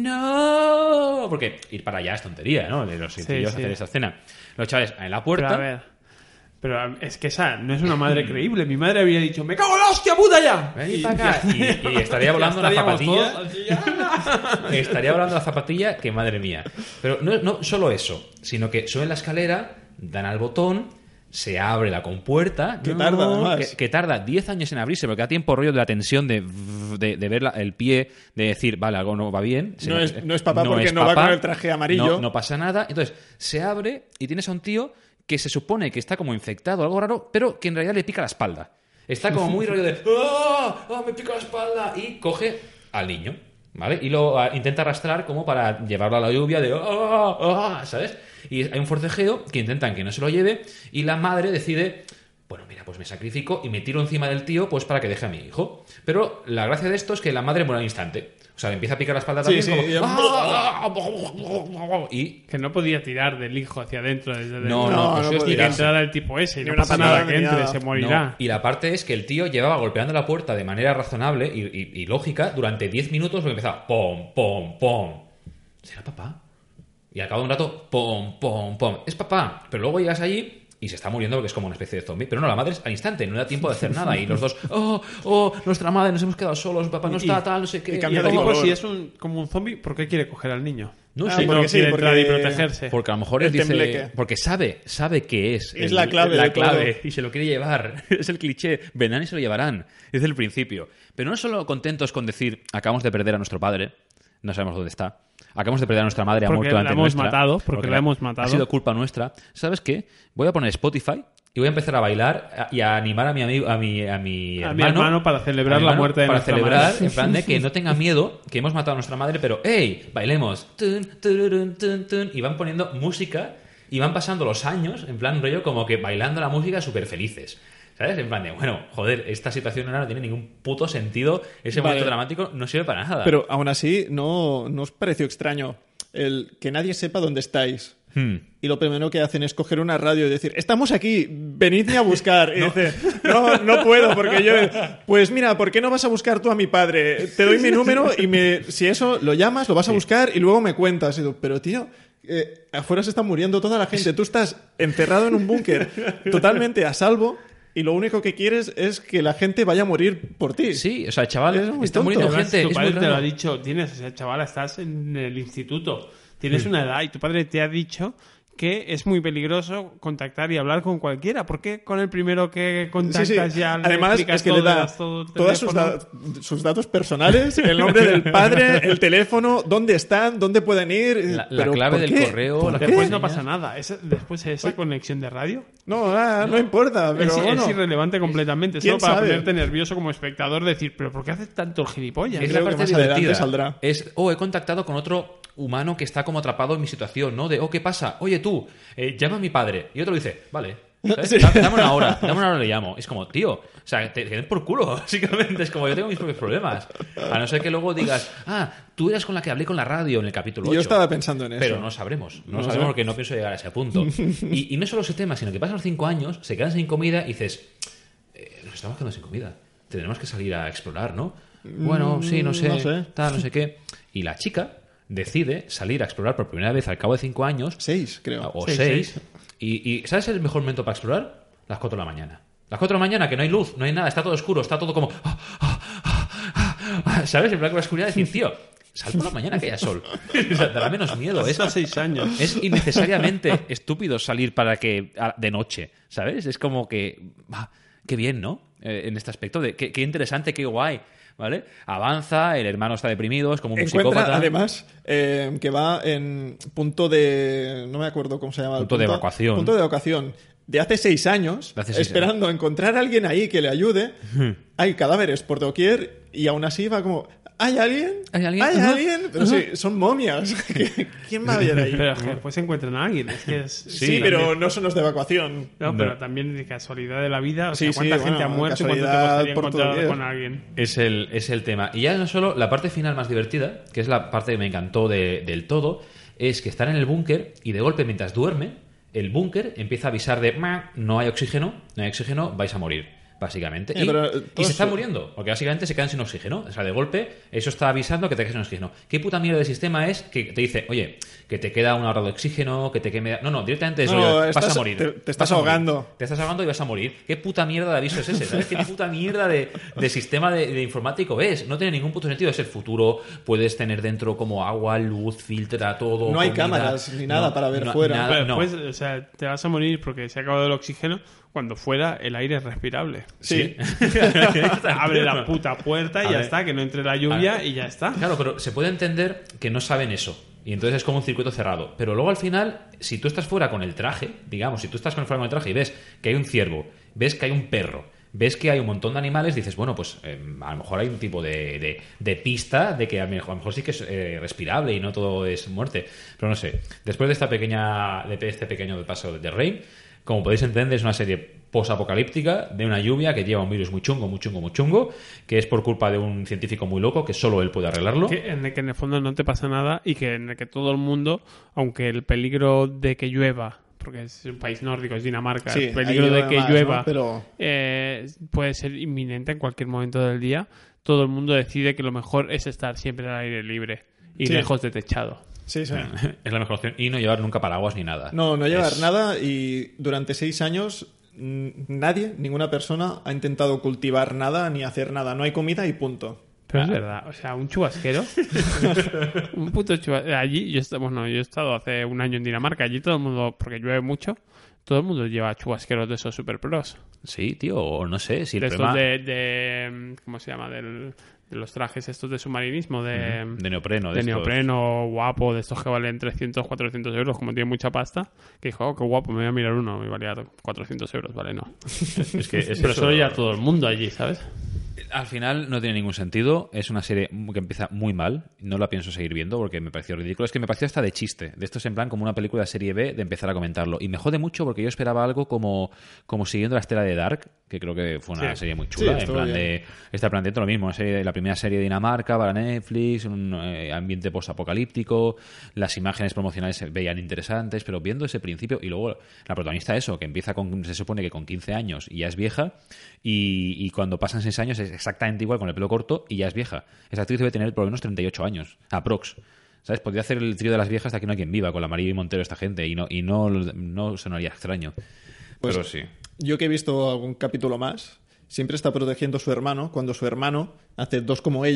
no. Porque ir para allá es tontería, ¿no? De los Sí, tíos sí. hacer esa escena. Los chavales en la Pero puerta. a ver. Pero es que esa no es una madre creíble. Mi madre había dicho, ¡me cago en la hostia puta ya! Ven para acá. Y, y estaría volando la estaríamos zapatilla. todos así, ¡ah! Estaría volando la zapatilla, que madre mía. Pero no, no solo eso, sino que suben la escalera, dan al botón, se abre la compuerta. Que tarda, además. Que, que tarda diez años en abrirse, porque da tiempo rollo de la tensión de, de, de ver la- el pie, de decir, vale, algo no va bien. Se No me- es- no es papá porque no va con el traje amarillo. No, no pasa nada. Entonces, se abre y tienes a un tío que se supone que está como infectado, algo raro, pero que en realidad le pica la espalda. Está como muy rollo de ¡ah! ¡Ah, me pica la espalda! Y coge al niño, ¿vale? Y lo ah, intenta arrastrar como para llevarlo a la lluvia de ¡ah! ¡Ah! ¿Sabes? Y hay un forcejeo que intentan que no se lo lleve y la madre decide, bueno, mira, pues me sacrifico y me tiro encima del tío pues para que deje a mi hijo. Pero la gracia de esto es que la madre muere al instante. O sea, le empieza a picar la espalda Sí, también sí, como, y- ¡ah! y Que no podía tirar del hijo hacia adentro desde no, dentro. no, No, eso no es podía. Y que tirarse. entrara el tipo ese. Y Ni no una pasa patada, nada, que ni entre, nada. se morirá. No, y la parte es que el tío llevaba golpeando la puerta de manera razonable y, y- y lógica durante diez minutos porque empezaba pom, pom, pom. ¿Será papá? Y al cabo de un rato, pom, pom, pom. Es papá. Pero luego llegas allí y se está muriendo porque es como una especie de zombie. Pero no, la madre es al instante, no le da tiempo de hacer nada. Y los dos, oh, oh, nuestra madre, nos hemos quedado solos, papá no está, Y- tal, no sé qué. y Y cambia el de tipo, color. si es un, como un zombie, ¿por qué quiere coger al niño? No Ah, sé, Si porque no sí, quiere porque- entrar y protegerse. porque a lo mejor El él dice tembleque. porque sabe sabe que es Es la clave la de clave todo. y se lo quiere llevar. Es el cliché, vendrán y se lo llevarán desde el principio. Pero no solo contentos con decir acabamos de perder a nuestro padre, no sabemos dónde está, acabamos de perder a nuestra madre, ha Porque muerto la delante hemos nuestra, matado, porque la hemos matado. ha sido culpa nuestra. ¿Sabes qué? Voy a poner Spotify y voy a empezar a bailar y a animar a mi amigo a mi a mi A hermano, mi hermano para celebrar a mi la hermano muerte de para nuestra celebrar madre. en plan de que no tenga miedo, que hemos matado a nuestra madre, pero ¡hey! Bailemos. Tun, tururun, tun, tun. Y van poniendo música y van pasando los años, en plan rollo como que bailando la música súper felices. ¿Sabes? En plan de, bueno, joder, esta situación ahora no tiene ningún puto sentido, ese Vale. momento dramático no sirve para nada. Pero aún así, ¿no, no os pareció extraño el que nadie sepa dónde estáis? Hmm. Y lo primero que hacen es coger una radio y decir, estamos aquí, venidme a buscar. Y dice, no, no puedo, porque yo... Pues mira, ¿por qué no vas a buscar tú a mi padre? Te doy mi número y me, si eso lo llamas, lo vas a buscar y luego me cuentas. Y digo, pero tío, eh, afuera se está muriendo toda la gente. Tú estás encerrado en un búnker totalmente a salvo y lo único que quieres es que la gente vaya a morir por ti. Sí, o sea, chaval, Es muy está tonto. muriendo Además, gente, tu es padre muy te lo ha raro. dicho, tienes, o sea, chaval, estás en el instituto, tienes una edad y tu padre te ha dicho que es muy peligroso contactar y hablar con cualquiera. ¿Por qué con el primero que contactas Sí, sí. ya le Además, explicas es que todo, le da das todo el todos sus, teléfono? da- sus datos personales, el nombre del padre, el teléfono, dónde están, dónde pueden ir. La, la Pero, clave ¿por del qué? correo. ¿Por la qué? Después no contraseña. pasa nada. Esa- después esa conexión de radio No, ah, no, importa. Pero es, bueno, es irrelevante completamente. ¿quién Solo para sabe? ponerte nervioso como espectador, decir, ¿pero por qué haces tanto el gilipollas? Es Creo la que parte más adelante divertida. saldrá. Es, oh, he contactado con otro humano que está como atrapado en mi situación, ¿no? De, oh, ¿qué pasa? Oye, tú, eh, llama a mi padre. Y otro dice, vale. ¿sabes? Sí. Da- Dame una hora, dame una hora le llamo. Es como, tío, o sea, te, te den por culo, básicamente. Es como, yo tengo mis propios problemas. A no ser que luego digas, ah, tú eras con la que hablé con la radio en el capítulo ocho. yo estaba pensando en eso. Pero no sabremos, no, No sabemos sé. porque no pienso llegar a ese punto. Y, y no solo ese tema, sino que pasan los cinco años, se quedan sin comida y dices, eh, nos estamos quedando sin comida. Tenemos que salir a explorar, ¿no? Bueno, sí, no sé, no sé. tal, no sé qué. Y la chica decide salir a explorar por primera vez al cabo de cinco años, Seis, creo. o Seis, seis, seis. Y, y ¿sabes el mejor momento para explorar? Las cuatro de la mañana. Las cuatro de la mañana, que no hay luz, no hay nada, está todo oscuro, está todo como... ah, ah, ah, ah, ah, ¿sabes? En plan con la oscuridad, decir, tío, sal por la mañana que haya sol. O sea, dará menos miedo. Es, Hasta seis años. es innecesariamente estúpido salir para que a- de noche, ¿sabes? Es como que... ah, qué bien, ¿no? Eh, en este aspecto, de qué, qué interesante, qué guay, ¿vale? Avanza, el hermano está deprimido, es como un Encuentra, psicópata. además, eh, que va en punto de... No me acuerdo cómo se llama. el Punto de evacuación. Punto de evacuación. De hace seis años, De hace seis esperando encontrar a alguien ahí que le ayude. Hay cadáveres por doquier y aún así va como... ¿Hay alguien? ¿Hay alguien? Ajá. alguien? Pero sí, son momias. ¿Quién va a ver ahí? Pero es que después encuentran a alguien. Es que es- Sí, pero no son los de evacuación. No, pero No. también de casualidad de la vida. O Sí, sea, sí, ¿cuánta bueno, gente ha muerto y cuánto te casualidad gustaría por encontrar doquier. con alguien? Es el, es el tema. Y ya no solo la parte final más divertida, que es la parte que me encantó de- del todo, es que están en el búnker y de golpe mientras duerme, el búnker empieza a avisar de "Ma, no hay oxígeno, no hay oxígeno, vais a morir", básicamente. Eh, y, pero, eh, y todo se están eso- muriendo, porque básicamente se quedan sin oxígeno. O sea, de golpe, eso está avisando que te quedas sin oxígeno. ¿Qué puta mierda de sistema es que te dice, oye, que te queda una hora de oxígeno, que te queme... No, no, directamente es, No, oye, vas estás- a morir. te- te estás Vas a morir. ahogando. Te estás ahogando y vas a morir. ¿Qué puta mierda de aviso es ese? ¿Sabes qué puta mierda de, de sistema de, de informático es? No tiene ningún puto sentido. Es el futuro. Puedes tener dentro como agua, luz, filtra todo. No hay comida. cámaras ni nada para ver no- fuera. nada, Pero no. después, o sea, te vas a morir porque se ha acabado el oxígeno cuando fuera el aire es respirable. Sí. Abre la puta puerta y A ya ver. está, que no entre la lluvia A ver. y ya está. Claro, pero se puede entender que no saben eso. Y entonces es como un circuito cerrado. Pero luego al final, si tú estás fuera con el traje, digamos, si tú estás fuera con el traje y ves que hay un ciervo, ves que hay un perro, ves que hay un montón de animales, dices, bueno, pues eh, a lo mejor hay un tipo de, de- de pista de que a lo mejor, a lo mejor sí que es eh, respirable y no todo es muerte. Pero no sé, después de esta pequeña de este pequeño paso de The Rain, como podéis entender, es una serie posapocalíptica de una lluvia que lleva un virus muy chungo, muy chungo, muy chungo, que es por culpa de un científico muy loco que solo él puede arreglarlo. Que, en el que en el fondo no te pasa nada y que en el que todo el mundo, aunque el peligro de que llueva, porque es un país nórdico, es Dinamarca, Sí, el peligro ahí de llueve que más, llueva ¿no? Pero- eh, puede ser inminente en cualquier momento del día, todo el mundo decide que lo mejor es estar siempre al aire libre y Sí. lejos de techado. Sí, sí. Es la mejor opción. Y no llevar nunca paraguas ni nada. No, no llevar Es- nada y durante seis años mm, nadie, ninguna persona ha intentado cultivar nada ni hacer nada. No hay comida y punto. Pero es verdad, o sea, un chubasquero, un puto chubasquero. Allí, yo, he estado- bueno, yo he estado hace un año en Dinamarca, allí todo el mundo, porque llueve mucho, todo el mundo lleva chubasqueros de esos super pros. Sí, tío, o no sé. Si el De estos problema de, de- ¿cómo se llama? Del, de los trajes estos de submarinismo, de, de neopreno. de estos. neopreno guapo, de estos que valen trescientos, cuatrocientos euros, como tiene mucha pasta, que dijo, oh, qué guapo, me voy a mirar uno, me valía cuatrocientos euros, vale, no. Es que es Pero eso. solo ya todo el mundo allí, ¿sabes? Al final no tiene ningún sentido. Es una serie que empieza muy mal. No la pienso seguir viendo porque me pareció ridículo. Es que me pareció hasta de chiste. De esto es en plan como una película de serie B de empezar a comentarlo. Y me jode mucho porque yo esperaba algo como, como siguiendo la estela de Dark, que creo que fue una Sí. serie muy chula. Sí, en estuvo plan bien. de. Está planteando lo mismo. Una serie, la primera serie de Dinamarca para Netflix, un eh, ambiente postapocalíptico. Las imágenes promocionales se veían interesantes, pero viendo ese principio. Y luego la protagonista, eso, que empieza con. Se supone que con quince años y ya es vieja. Y, y cuando pasan seis años es exactamente igual con el pelo corto y ya es vieja. Esa actriz debe tener por lo menos treinta y ocho años, aprox. ¿Sabes? Podría hacer el trío de las viejas hasta que no hay quien viva, con la María y Montero esta gente, y no, y no, no sonaría extraño. Pues, Pero sí. Yo que he visto algún capítulo más, siempre está protegiendo a su hermano cuando su hermano hace dos como ella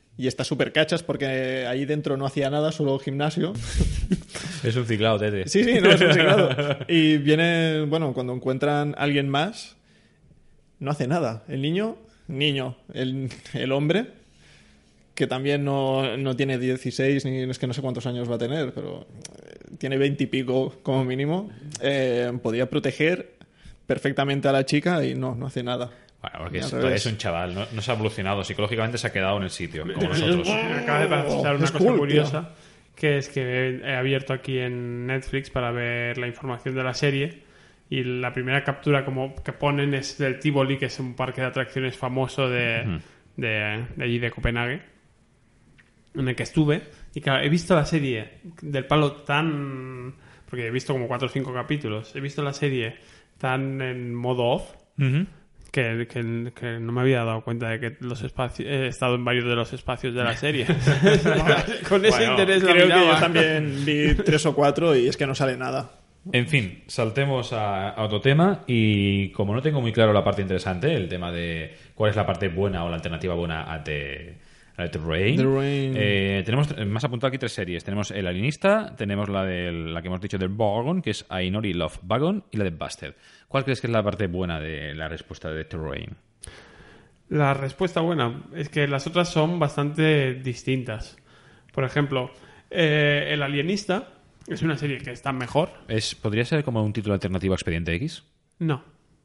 y está súper cachas porque ahí dentro no hacía nada, solo gimnasio. Es un ciclado, tete. Sí, sí, no, es un ciclado. Y viene, bueno, cuando encuentran a alguien más, no hace nada. El niño, niño. El, el hombre, que también no, no tiene dieciséis, ni es que no sé cuántos años va a tener, pero tiene veinte y pico como mínimo, eh, podía proteger perfectamente a la chica y no, no hace nada. Bueno, porque es, es un chaval, ¿no? No se ha evolucionado, psicológicamente se ha quedado en el sitio, como nosotros. Me acaba de pasar una Es cosa cool, curiosa, tío. que es que he abierto aquí en Netflix para ver la información de la serie y la primera captura como que ponen es del Tivoli, que es un parque de atracciones famoso de, Ujú. de, de allí de Copenhague, en el que estuve. Y claro, he visto la serie del palo tan... porque he visto como cuatro o cinco capítulos. He visto la serie tan en modo off Ujú. que, que, que no me había dado cuenta de que los espacios he estado en varios de los espacios de la serie. Con ese Bueno, interés la creo que miraba. yo también vi tres o cuatro y es que no sale nada. En fin, saltemos a, a otro tema y como no tengo muy claro la parte interesante, el tema de cuál es la parte buena o la alternativa buena a The, a The Rain, The Rain. Eh, tenemos más apuntado aquí tres series. Tenemos El Alienista, tenemos la de la que hemos dicho del Borgon, que es Ainori Love Wagon, y la de Busted. ¿Cuál crees que es la parte buena de la respuesta de The Rain? La respuesta buena es que las otras son bastante distintas. Por ejemplo, eh, El Alienista es una serie que está mejor. Es, ¿Podría ser como un título alternativo a Expediente X? No.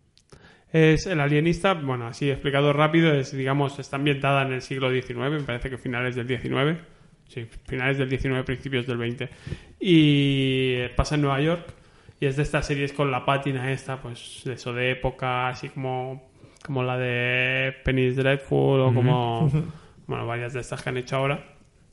Es El Alienista, bueno, así explicado rápido, es, digamos, está ambientada en el siglo diecinueve, me parece que finales del diecinueve. Sí, finales del diecinueve, principios del veinte. Y pasa en Nueva York. Y es de estas series con la pátina esta, pues, de eso de época, así como, como la de Penny Dreadful o como, bueno, varias de estas que han hecho ahora.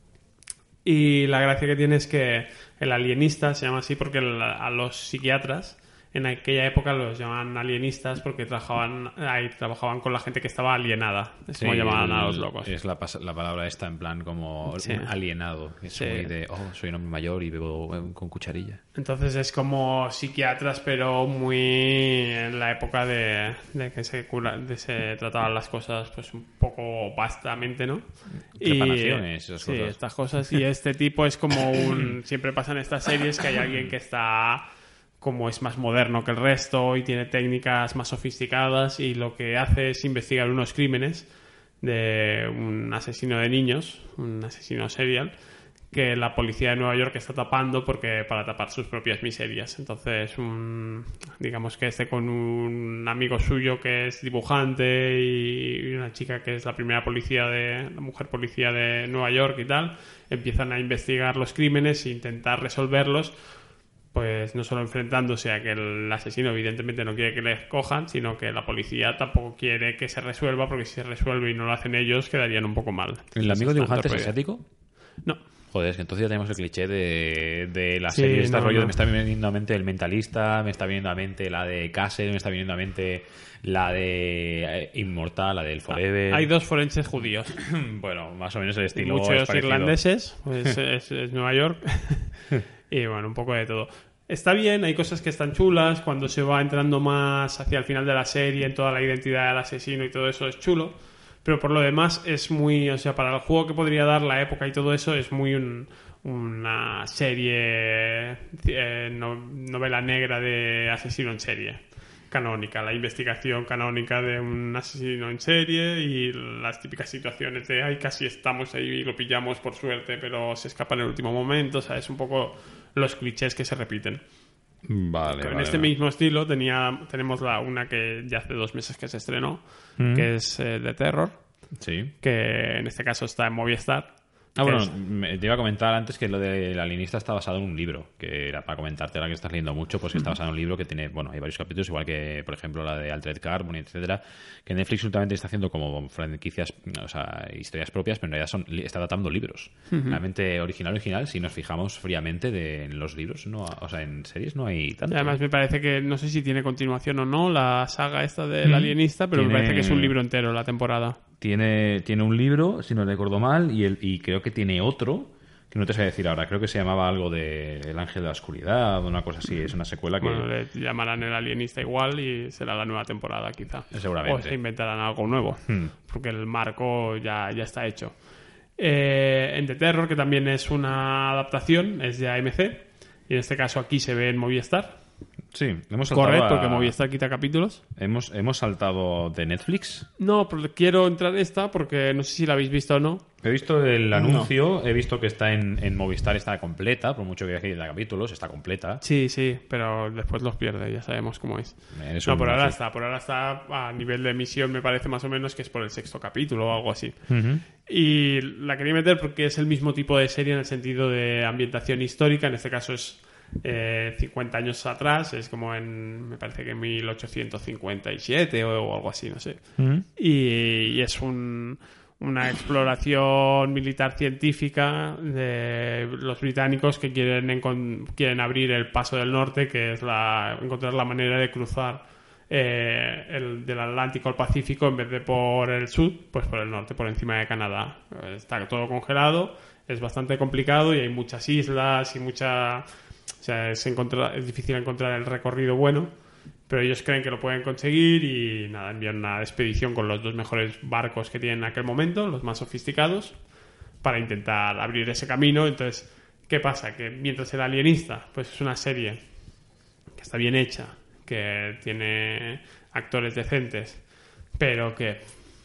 Y la gracia que tiene es que El Alienista se llama así porque la- a los psiquiatras en aquella época los llamaban alienistas porque trabajaban, ahí trabajaban con la gente que estaba alienada. Es como Sí, llamaban a el- los locos. Es la, pas- la palabra esta en plan como Sí. un alienado. Es Sí. muy de, oh, soy un hombre mayor y bebo eh, con cucharilla. Entonces es como psiquiatras, pero muy en la época de, de que se, cura, de se trataban las cosas pues un poco vastamente, ¿no? Trepanaciones, esas sí, cosas. estas cosas. Y este tipo es como un... Siempre pasa en estas series que hay alguien que está... como es más moderno que el resto y tiene técnicas más sofisticadas y lo que hace es investigar unos crímenes de un asesino de niños, un asesino serial, que la policía de Nueva York está tapando porque para tapar sus propias miserias. Entonces, un, digamos que este con un amigo suyo que es dibujante y una chica que es la primera policía de la mujer policía de Nueva York y tal, empiezan a investigar los crímenes e intentar resolverlos, pues no solo enfrentándose a que el asesino evidentemente no quiere que le cojan, sino que la policía tampoco quiere que se resuelva, porque si se resuelve y no lo hacen ellos, quedarían un poco mal. ¿El amigo Entonces, dibujante es tanto asiático? prohibir. No. Joder, es que entonces ya tenemos el cliché de, de la Sí, serie de este no, rollo no. de me está viniendo a mente El Mentalista, me está viniendo a mente la de Castle, me está viniendo a mente la de eh, Inmortal, la del Forever. Hay dos forenses judíos. Bueno, más o menos el Y estilo es muchos parecido. irlandeses, pues es, es Nueva York. Y bueno, un poco de todo. Está bien, hay cosas que están chulas, cuando se va entrando más hacia el final de la serie, en toda la identidad del asesino y todo eso es chulo, pero por lo demás es muy, o sea, para el juego que podría dar la época y todo eso, es muy un, una serie, eh, no- novela negra de asesino en serie. Canónica, la investigación canónica de un asesino en serie y las típicas situaciones de ay, casi estamos ahí y lo pillamos por suerte, pero se escapa en el último momento, o sea, es un poco los clichés que se repiten. Vale, en vale, este vale. mismo estilo tenía, tenemos la una que ya hace dos meses que se estrenó, Mm. que es eh, The Terror, Sí. que en este caso está en Movistar. Ah, que bueno, es- me- te iba a comentar antes que lo del alienista está basado en un libro, que era para comentarte ahora que estás leyendo mucho, pues que está basado en un libro que tiene, bueno, hay varios capítulos, igual que, por ejemplo, la de Altered Carbon, etcétera, que Netflix últimamente está haciendo como franquicias, o sea, historias propias, pero en realidad son, está adaptando libros. Realmente original, original, si nos fijamos fríamente de, en los libros, no, o sea, en series no hay tanto. Además me parece que, no sé si tiene continuación o no, la saga esta del Mm. alienista, pero me Tiene- parece que es un libro entero la temporada. Tiene, tiene un libro, si no recuerdo mal, y, el, y creo que tiene otro, que no te sé decir ahora, creo que se llamaba algo de El Ángel de la Oscuridad o una cosa así, es una secuela que... Bueno, le llamarán el alienista igual y será la nueva temporada quizá. Seguramente. O se inventarán algo nuevo, Hmm. porque el marco ya, ya está hecho. Eh, en The Terror, que también es una adaptación, es de A M C. Y en este caso aquí se ve en Movistar. Sí, hemos saltado Correcto, a- porque Movistar quita capítulos. Hemos, hemos saltado de Netflix. No, pero quiero entrar esta porque no sé si la habéis visto o no. He visto el anuncio, he visto que está en, en Movistar, está completa, por mucho que haya capítulos, está completa. Sí, sí, pero después los pierde, ya sabemos cómo es. Eres No, un- por ahora sí. está, por ahora está a nivel de emisión, me parece más o menos que es por el sexto capítulo o algo así. Ujú. Y la quería meter porque es el mismo tipo de serie en el sentido de ambientación histórica, en este caso es eh, cincuenta años atrás, es como en, me parece que en mil ochocientos cincuenta y siete o, o algo así, no sé. Ujú. Y, y es un, una exploración militar científica de los británicos que quieren, encon- quieren abrir el paso del norte, que es la, encontrar la manera de cruzar eh, el, del Atlántico al Pacífico en vez de por el sur, pues por el norte, por encima de Canadá. Eh, Está todo congelado, es bastante complicado y hay muchas islas y mucha... O sea, es, encontrar, es difícil encontrar el recorrido bueno, pero ellos creen que lo pueden conseguir y nada, envían una expedición con los dos mejores barcos que tienen en aquel momento, los más sofisticados, para intentar abrir ese camino. Entonces, ¿qué pasa? Que mientras el alienista, pues es una serie que está bien hecha, que tiene actores decentes, pero que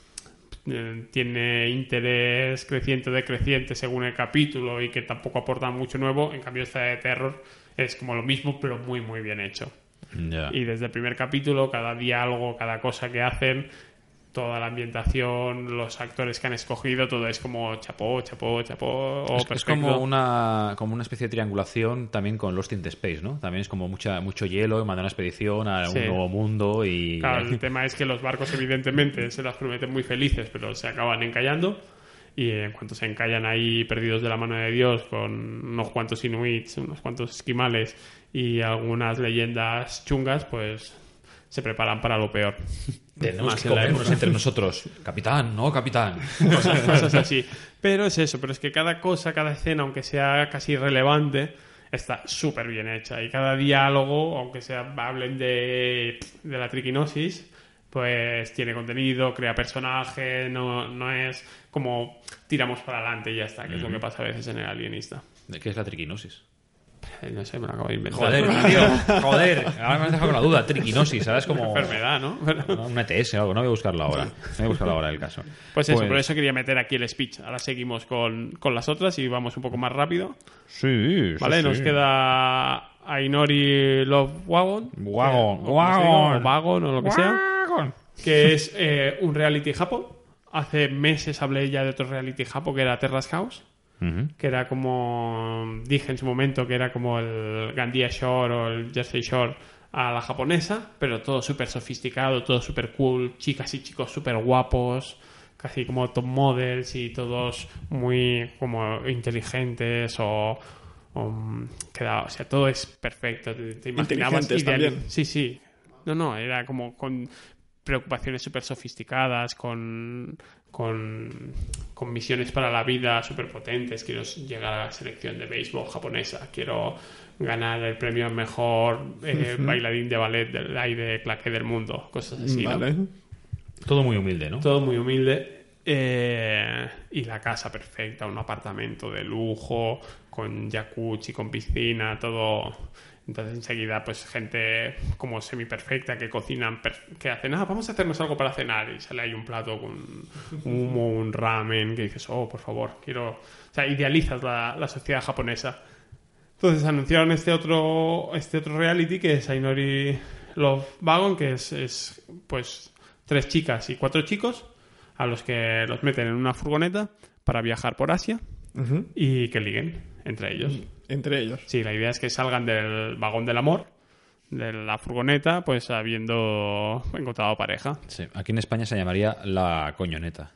eh, tiene interés creciente o decreciente según el capítulo y que tampoco aporta mucho nuevo, en cambio esta de Terror es como lo mismo, pero muy, muy bien hecho. Ya. Y desde el primer capítulo, cada diálogo, cada cosa que hacen, toda la ambientación, los actores que han escogido, todo es como chapó, chapó, chapó. Oh, Es, es perfecto. como una como una especie de triangulación también con Lost in the Space, ¿no? También es como mucha mucho hielo, manda una expedición a Sí. un nuevo mundo y... Claro, el tema es que los barcos evidentemente se las prometen muy felices, pero se acaban encallando. Y en cuanto se encallan ahí perdidos de la mano de Dios con unos cuantos inuits, unos cuantos esquimales y algunas leyendas chungas, pues se preparan para lo peor. Tenemos Más que en la comernos época. entre nosotros. Capitán, no, capitán. Cosas, cosas así. Pero es eso, pero es que cada cosa, cada escena, aunque sea casi irrelevante, está súper bien hecha. Y cada diálogo, aunque sea hablen de, de la triquinosis, pues tiene contenido, crea personaje, no, no es como tiramos para adelante y ya está, que es lo que pasa a veces en el alienista. ¿Qué es la triquinosis? Eh, No sé, me lo acabo de inventar. Joder, tío, joder. Ahora me has dejado con la duda. Triquinosis, ¿sabes? Como Enfermedad, ¿no? Pero- un E T S o algo. No voy a buscarlo ahora. No voy a buscarlo ahora el caso. Pues eso, por eso quería meter aquí el speech. Ahora seguimos con, con las otras y vamos un poco más rápido. Sí, sí, ¿Vale? Nos sí. queda Ainori Love Wagon. Wagon, que- o como se diga, wagon. o Wagon o lo que sea. Wagon. Que es eh, un reality japo. Hace meses hablé ya de otro reality japo que era Terrace House. Ujú. Que era como... Dije en su momento que era como el Gandia Shore o el Jersey Shore a la japonesa. Pero todo súper sofisticado, todo súper cool. Chicas y chicos súper guapos. Casi como top models y todos muy como inteligentes o... o, mm, queda- o sea, todo es perfecto. Te, te imaginabas Inteligentes ideal- también. Sí, sí. No, no, era como con preocupaciones súper sofisticadas, con, con, con misiones para la vida súper potentes. Quiero llegar a la selección de béisbol japonesa. Quiero ganar el premio al mejor eh, bailarín de ballet del aire claqué del mundo. Cosas así, ¿no? Vale. Todo muy humilde, ¿no? Todo muy humilde. Eh, y la casa perfecta, un apartamento de lujo, con jacuzzi, con piscina, todo. Entonces enseguida, pues gente como semi perfecta que cocinan, per- que hacen, ah, vamos a hacernos algo para cenar. Y sale ahí un plato con humo, un ramen, que dices, oh, por favor, quiero. O sea, idealizas la, la sociedad japonesa. Entonces anunciaron este otro, este otro reality que es Ainori Love Wagon, que es, es pues tres chicas y cuatro chicos a los que los meten en una furgoneta para viajar por Asia Ujú. y que liguen entre ellos. Entre ellos. Sí, la idea es que salgan del vagón del amor, de la furgoneta, pues habiendo encontrado pareja. Sí, aquí en España se llamaría la coñoneta.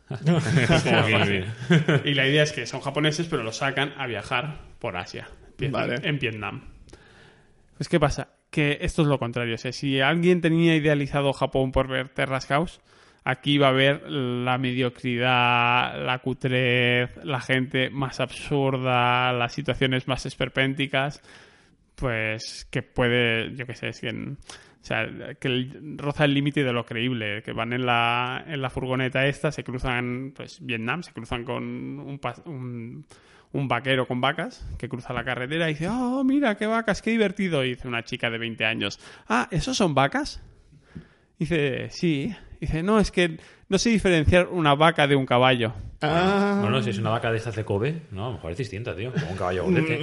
Y la idea es que son japoneses, pero los sacan a viajar por Asia, en Vale. en Vietnam. Pues, ¿qué pasa? Que esto es lo contrario. O sea, si alguien tenía idealizado Japón por ver Terrace House, aquí va a ver la mediocridad, la cutrez, la gente más absurda, las situaciones más esperpénticas, pues que puede, yo qué sé, es que en- O sea, que el- roza el límite de lo creíble, que van en la, en la furgoneta esta, se cruzan, pues, Vietnam, se cruzan con un, pas- un, un vaquero con vacas que cruza la carretera y dice, oh, mira, qué vacas, qué divertido. Y dice una chica de veinte años, ah, ¿esos son vacas? Dice, sí. Dice, no, es que no sé diferenciar una vaca de un caballo. Ah, Bueno, si es una vaca de estas de Kobe, no, a lo mejor es distinta, tío. Como un caballo gordete.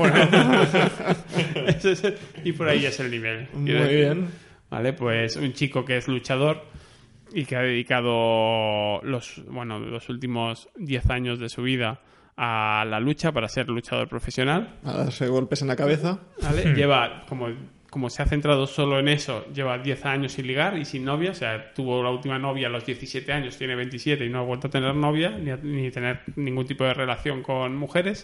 Ese es el- y por ahí es el nivel. muy Quiero decir, bien. Vale, pues un chico que es luchador y que ha dedicado los, bueno, los últimos diez años de su vida a la lucha para ser luchador profesional. A darse golpes en la cabeza. ¿Vale? Lleva, como, como se ha centrado solo en eso, lleva diez años sin ligar y sin novia. O sea, tuvo la última novia a los diecisiete años, tiene veintisiete y no ha vuelto a tener novia ni, a- ni tener ningún tipo de relación con mujeres.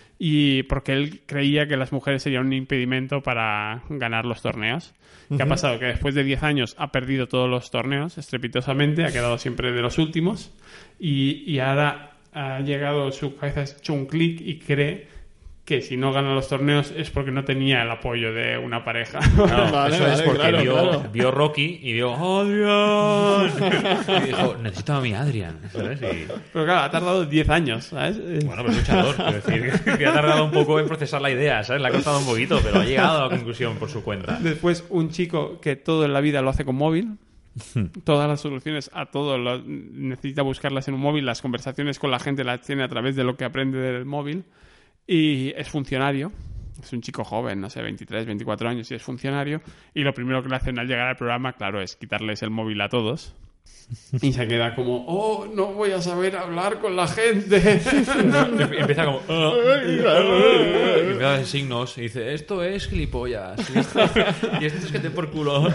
Y porque él creía que las mujeres serían un impedimento para ganar los torneos. ¿Qué ha pasado? Que después de diez años ha perdido todos los torneos estrepitosamente, ha quedado siempre de los últimos y, y ahora ha llegado, su cabeza ha hecho un clic y cree que si no gana los torneos es porque no tenía el apoyo de una pareja. Claro, Vale, eso es vale, porque claro, vio, claro. vio Rocky y vio ¡Adrián! Y dijo, necesito a mi Adrián. ¿Sabes? Y, Pero claro, ha tardado diez años, ¿sabes? Es- bueno, pero es luchador. Quiero decir, que ha tardado un poco en procesar la idea, ¿sabes? Le ha costado un poquito, pero ha llegado a la conclusión por su cuenta. Después, un chico que todo en la vida lo hace con móvil. Todas las soluciones a todo lo, necesita buscarlas en un móvil. Las conversaciones con la gente las tiene a través de lo que aprende del móvil. Y es funcionario. Es un chico joven, no sé, veintitrés, veinticuatro años y es funcionario. Y lo primero que le hacen al llegar al programa, claro, es quitarles el móvil a todos. Y se queda como, oh, no voy a saber hablar con la gente. Empieza como... "Ah, ah", y empieza a hacer signos y dice, esto es gilipollas. Y esto, y esto es que te por culo.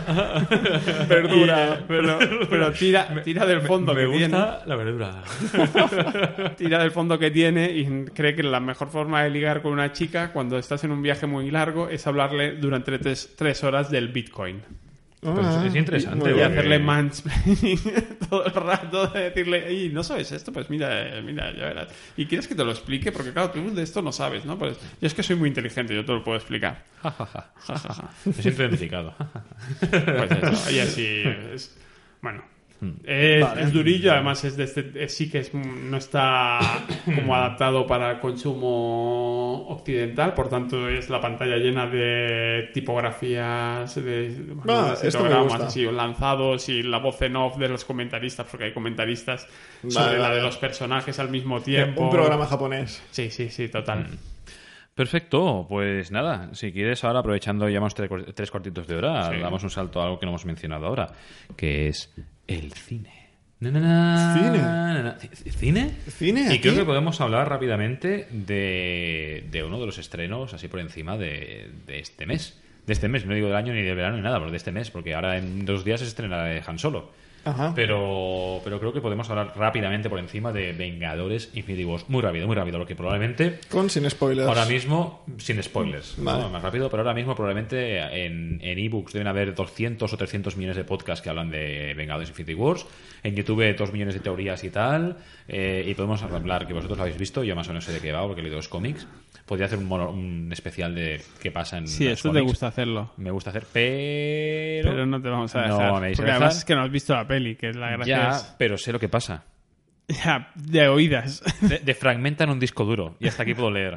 Verdura. pero, pero tira, tira del fondo Me que gusta la verdura. tiene. Tira del fondo que tiene y cree que la mejor forma de ligar con una chica cuando estás en un viaje muy largo es hablarle durante tres, tres horas del Bitcoin. Pero es, es interesante. muy Y bien. porque- hacerle mansplaining todo el rato, de decirle, "Ey, ¿no sabes esto? Pues mira, eh, mira, ya verás. ¿Y quieres que te lo explique? Porque claro, tú de esto no sabes, ¿no? Pues yo es que soy muy inteligente, yo te lo puedo explicar. Ja, ja, ja. Ja, ja, ja. Me siento identificado. Pues eso, y así es, bueno, es, Vale. es durillo, además es de este, es- sí que es, no está como adaptado para el consumo occidental, por tanto es la pantalla llena de tipografías, de, bueno, Ah, de esto me citogramas gusta. así lanzados y la voz en off de los comentaristas, porque hay comentaristas Vale, sobre la vale. de los personajes al mismo tiempo. Un programa japonés. Sí, sí, sí, total. Perfecto, pues nada, si quieres ahora aprovechando llevamos tres, cu- tres cuartitos de hora, Sí. damos un salto a algo que no hemos mencionado ahora, que es el cine. Na, na, na, Cine. na, na. C- ¿Cine? ¿Cine Y aquí? creo que podemos hablar rápidamente de, de uno de los estrenos así por encima de, de este mes. De este mes, no digo del año ni del verano ni nada, pero de este mes, porque ahora en dos días se estrena de Han Solo. Ajá. Pero, pero creo que podemos hablar rápidamente por encima de Vengadores Infinity Wars. Muy rápido, muy rápido, lo que probablemente Con sin spoilers. ahora mismo, sin spoilers, ¿no? Vale. Más rápido, pero ahora mismo probablemente en en ebooks deben haber doscientos o trescientos millones de podcasts que hablan de Vengadores Infinity Wars. En YouTube dos millones de teorías y tal. eh, y podemos hablar, que vosotros lo habéis visto, yo más o menos sé de qué va porque he leído los cómics. Podría hacer un, mono- un especial de qué pasa en Sí, los eso te cómics. gusta hacerlo. Me gusta hacer, pero... Pero no te vamos a No dejar. me vais a porque dejar. además es que no has visto la peli, que es la gracia. Ya, es- pero sé lo que pasa. Ya, de oídas. De, de fragmentan un disco duro y hasta aquí puedo leer.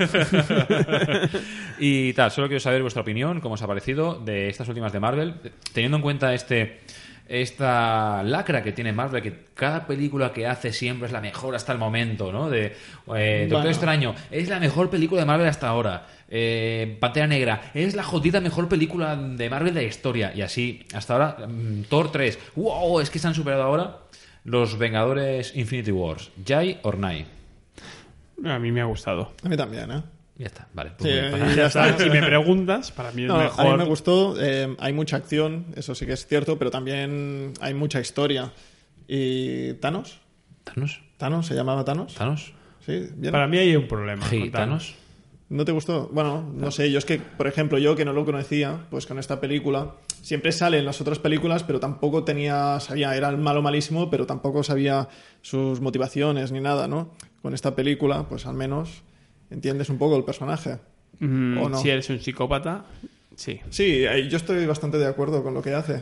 Y tal, solo quiero saber vuestra opinión, cómo os ha parecido de estas últimas de Marvel, teniendo en cuenta este esta lacra que tiene Marvel, que cada película que hace siempre es la mejor hasta el momento, ¿no? De eh, Doctor Bueno. Extraño, es la mejor película de Marvel hasta ahora. Eh, Pantera Negra, es la jodida mejor película de Marvel de la historia. Y así, hasta ahora, mm, Thor tres, wow, es que se han superado ahora los Vengadores Infinity Wars. Jai or Nay. A mí me ha gustado. A mí también, ¿eh? Ya está, vale. Sí, Pues muy bien. y ya está. Si me preguntas, para mí es No, mejor. a mí me gustó. eh, hay mucha acción, eso sí que es cierto, pero también hay mucha historia. ¿Y Thanos? ¿Thanos? ¿Thanos? ¿Se llamaba Thanos? ¿Thanos? Sí, bien. Para mí hay un problema. Sí, con Thanos. Thanos. ¿No te gustó? Bueno, no sé, yo es que, por ejemplo, yo que no lo conocía, pues con esta película, siempre sale en las otras películas, pero tampoco tenía, sabía, era el malo malísimo, pero tampoco sabía sus motivaciones ni nada, ¿no? Con esta película, pues al menos entiendes un poco el personaje. Mm, ¿O no? Si eres un psicópata, Sí. Sí, ahí yo estoy bastante de acuerdo con lo que hace.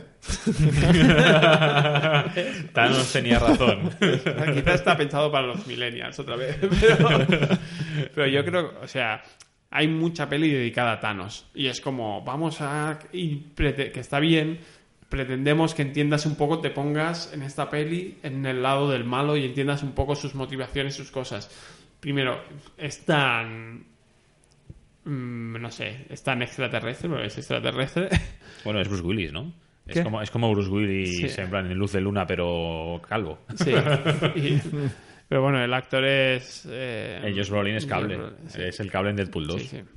Thanos tenía razón. Quizás está pensado para los millennials otra vez. Pero, pero yo creo, o sea, hay mucha peli dedicada a Thanos. Y es como, vamos a... y prete- que está bien, pretendemos que entiendas un poco, te pongas en esta peli en el lado del malo y entiendas un poco sus motivaciones, sus cosas. Primero, es tan... mm, no sé, es tan extraterrestre, pero es extraterrestre. Bueno, es Bruce Willis, ¿no? ¿Qué? Es como, es como Bruce Willis, Sí. en plan, en Luz de Luna, pero calvo. Sí. Y- pero bueno, el actor es... Eh, El Josh Brolin es cable. Josh Brolin, sí. Es el cable en Deadpool dos. Sí, sí.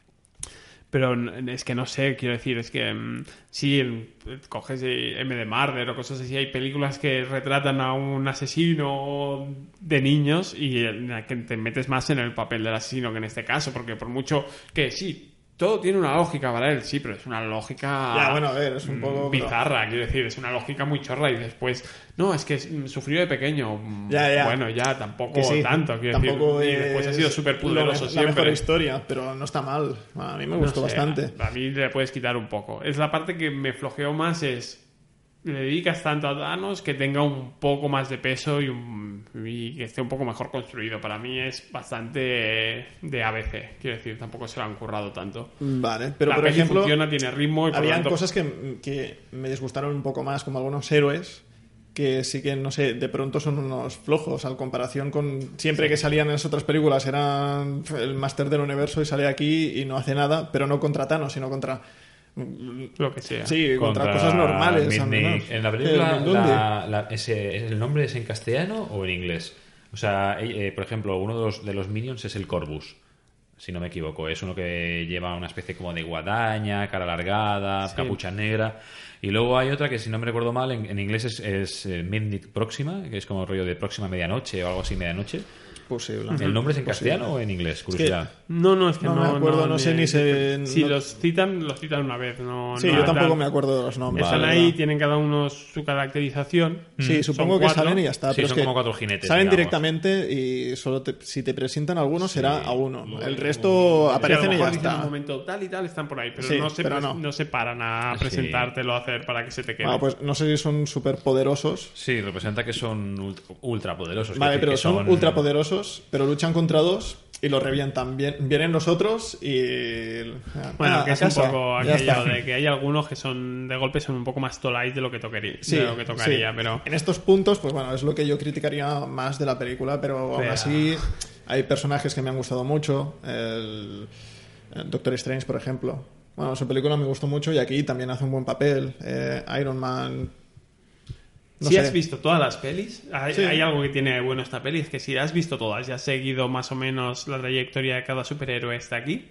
Pero n- es que no sé, quiero decir, es que mm, sí, el- coges eh, M de Murder o cosas así, hay películas que retratan a un asesino de niños y en la que te metes más en el papel del asesino que en este caso, porque por mucho que sí, todo tiene una lógica para él, sí, pero es una lógica Ya, bueno, a ver, es un mm, poco... bizarra, quiero decir, es una lógica muy chorra y después, no, es que mm, sufrió de pequeño. mm, Ya, ya. Bueno, ya, tampoco Que sí, tanto, quiero tampoco decir, y después ha es sido súper poderoso lo me- siempre. la mejor historia, pero no está mal. A mí me No gustó sé, bastante. A, a mí le puedes quitar un poco. Es la parte que me flojeó más, es le dedicas tanto a Thanos que tenga un poco más de peso y, un- y que esté un poco mejor construido. Para mí es bastante de A B C, quiero decir, tampoco se lo han currado tanto. Vale, pero la por peli ejemplo, funciona, tiene ritmo y por habían tanto, cosas que, que me disgustaron un poco más, como algunos héroes que sí que, no sé, de pronto son unos flojos al comparación con siempre que salían en las otras películas eran el máster del universo y sale aquí y no hace nada, pero no contra Thanos, sino contra... lo que sea. Sí, contra, cosas normales. al Midnight. menos. En la película, El Mindundi. la- la- ese- ¿el nombre es en castellano o en inglés? O sea, eh, eh, por ejemplo, uno de los, de los Minions es el Corvus, si no me equivoco. Es uno que lleva una especie como de guadaña, cara alargada, Sí. capucha negra. Y luego hay otra que, si no me recuerdo mal, en, en inglés es, es eh, Midnight Próxima, que es como rollo de próxima medianoche o algo así, medianoche. Posible. ¿El nombre es en Posible. castellano o en inglés? Curiosidad. No, no, es que No no, me acuerdo, no sé ni se- Si no- los citan, los citan una vez. No, Sí, no yo tampoco dan- me acuerdo de los nombres. Están la ahí, verdad. tienen cada uno su caracterización. Sí, Son supongo que cuatro. salen y ya está. Sí, pero son es que como cuatro jinetes, salen digamos. directamente y solo te- si te presentan algunos será a uno. Muy- El muy- resto Sí, a lo aparecen y mejor ya dicen en un está. momento tal y tal están por ahí, pero, Sí, no, se, pero pres- no. no se paran a Sí. presentártelo, a hacer para que se te quede. Bueno, pues no sé si son súper poderosos. Sí, representa que son ult- ultra poderosos. Vale, que- pero que son ultra poderosos, pero luchan contra dos y los revientan. Bien, vienen los otros y... Bueno, Ah, que a es un casa. poco Ya aquello está. de que hay algunos que son de golpe son un poco más tolais de lo que tocaría, Sí, de lo que tocaría, sí. pero En estos puntos, pues bueno, es lo que yo criticaría más de la película, pero aún Pero- así hay personajes que me han gustado mucho. El, el Doctor Strange, por ejemplo. Bueno, su película me gustó mucho y aquí también hace un buen papel. Eh, Iron Man... no si sé. has visto todas las pelis, hay, Sí. hay algo que tiene bueno esta peli, es que si has visto todas y has seguido más o menos la trayectoria de cada superhéroe hasta aquí,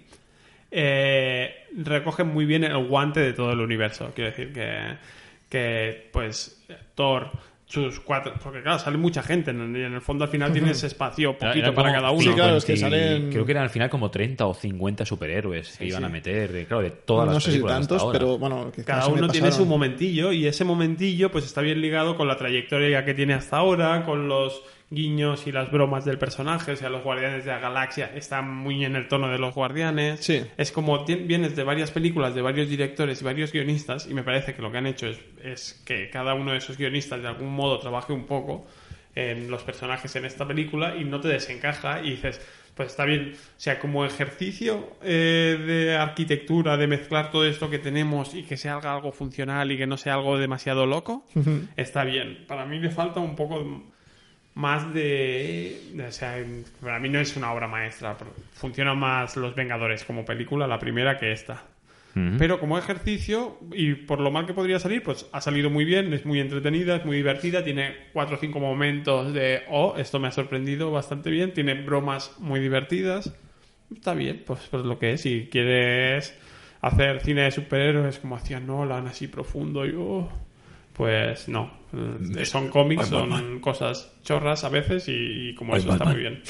eh, recoge muy bien el guante de todo el universo. Quiero decir que, que pues, Thor, sus cuatro... Porque claro, sale mucha gente en, y en el fondo al final tienes espacio Era- poquito eran para como cada uno. Sí, claro, es que cincuenta y- salen- Creo que eran al final como treinta o cincuenta superhéroes que Sí, iban sí. a meter, de, claro, de todas No las sé si películas hasta tantos, ahora. pero bueno... que Cada se me uno tiene pasaron. su momentillo y ese momentillo pues está bien ligado con la trayectoria que tiene hasta ahora, con los guiños y las bromas del personaje. O sea, los Guardianes de la Galaxia están muy en el tono de los Guardianes. Sí. Es como tien- vienes de varias películas, de varios directores y varios guionistas, y me parece que lo que han hecho es, es que cada uno de esos guionistas de algún modo trabaje un poco en los personajes en esta película y no te desencaja y dices, pues está bien. O sea, como ejercicio eh, de arquitectura, de mezclar todo esto que tenemos y que sea algo funcional y que no sea algo demasiado loco, está bien. Para mí le falta un poco más de, de- o sea, para mí no es una obra maestra. Funciona más Los Vengadores como película, la primera, que esta. Ujú. Pero como ejercicio, y por lo mal que podría salir, pues ha salido muy bien, es muy entretenida, es muy divertida, tiene cuatro o cinco momentos de, oh, esto me ha sorprendido bastante bien, tiene bromas muy divertidas. Está bien, pues, pues lo que es. Si quieres hacer cine de superhéroes como hacía Nolan, así profundo, y, oh, pues no. Eh, Son cómics, son cosas chorras a veces, y, y como eso está muy bien.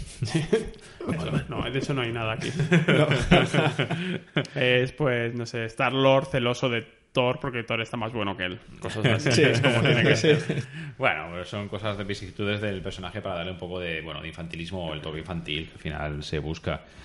Eso, no, de eso no hay nada aquí. Es, pues, no sé, Star-Lord celoso de Thor porque Thor está más bueno que él. Cosas así. Sí, Es como tiene que sí. ser. Bueno, pues son cosas de vicisitudes del personaje para darle un poco de, bueno, de infantilismo o el toque infantil que al final se busca.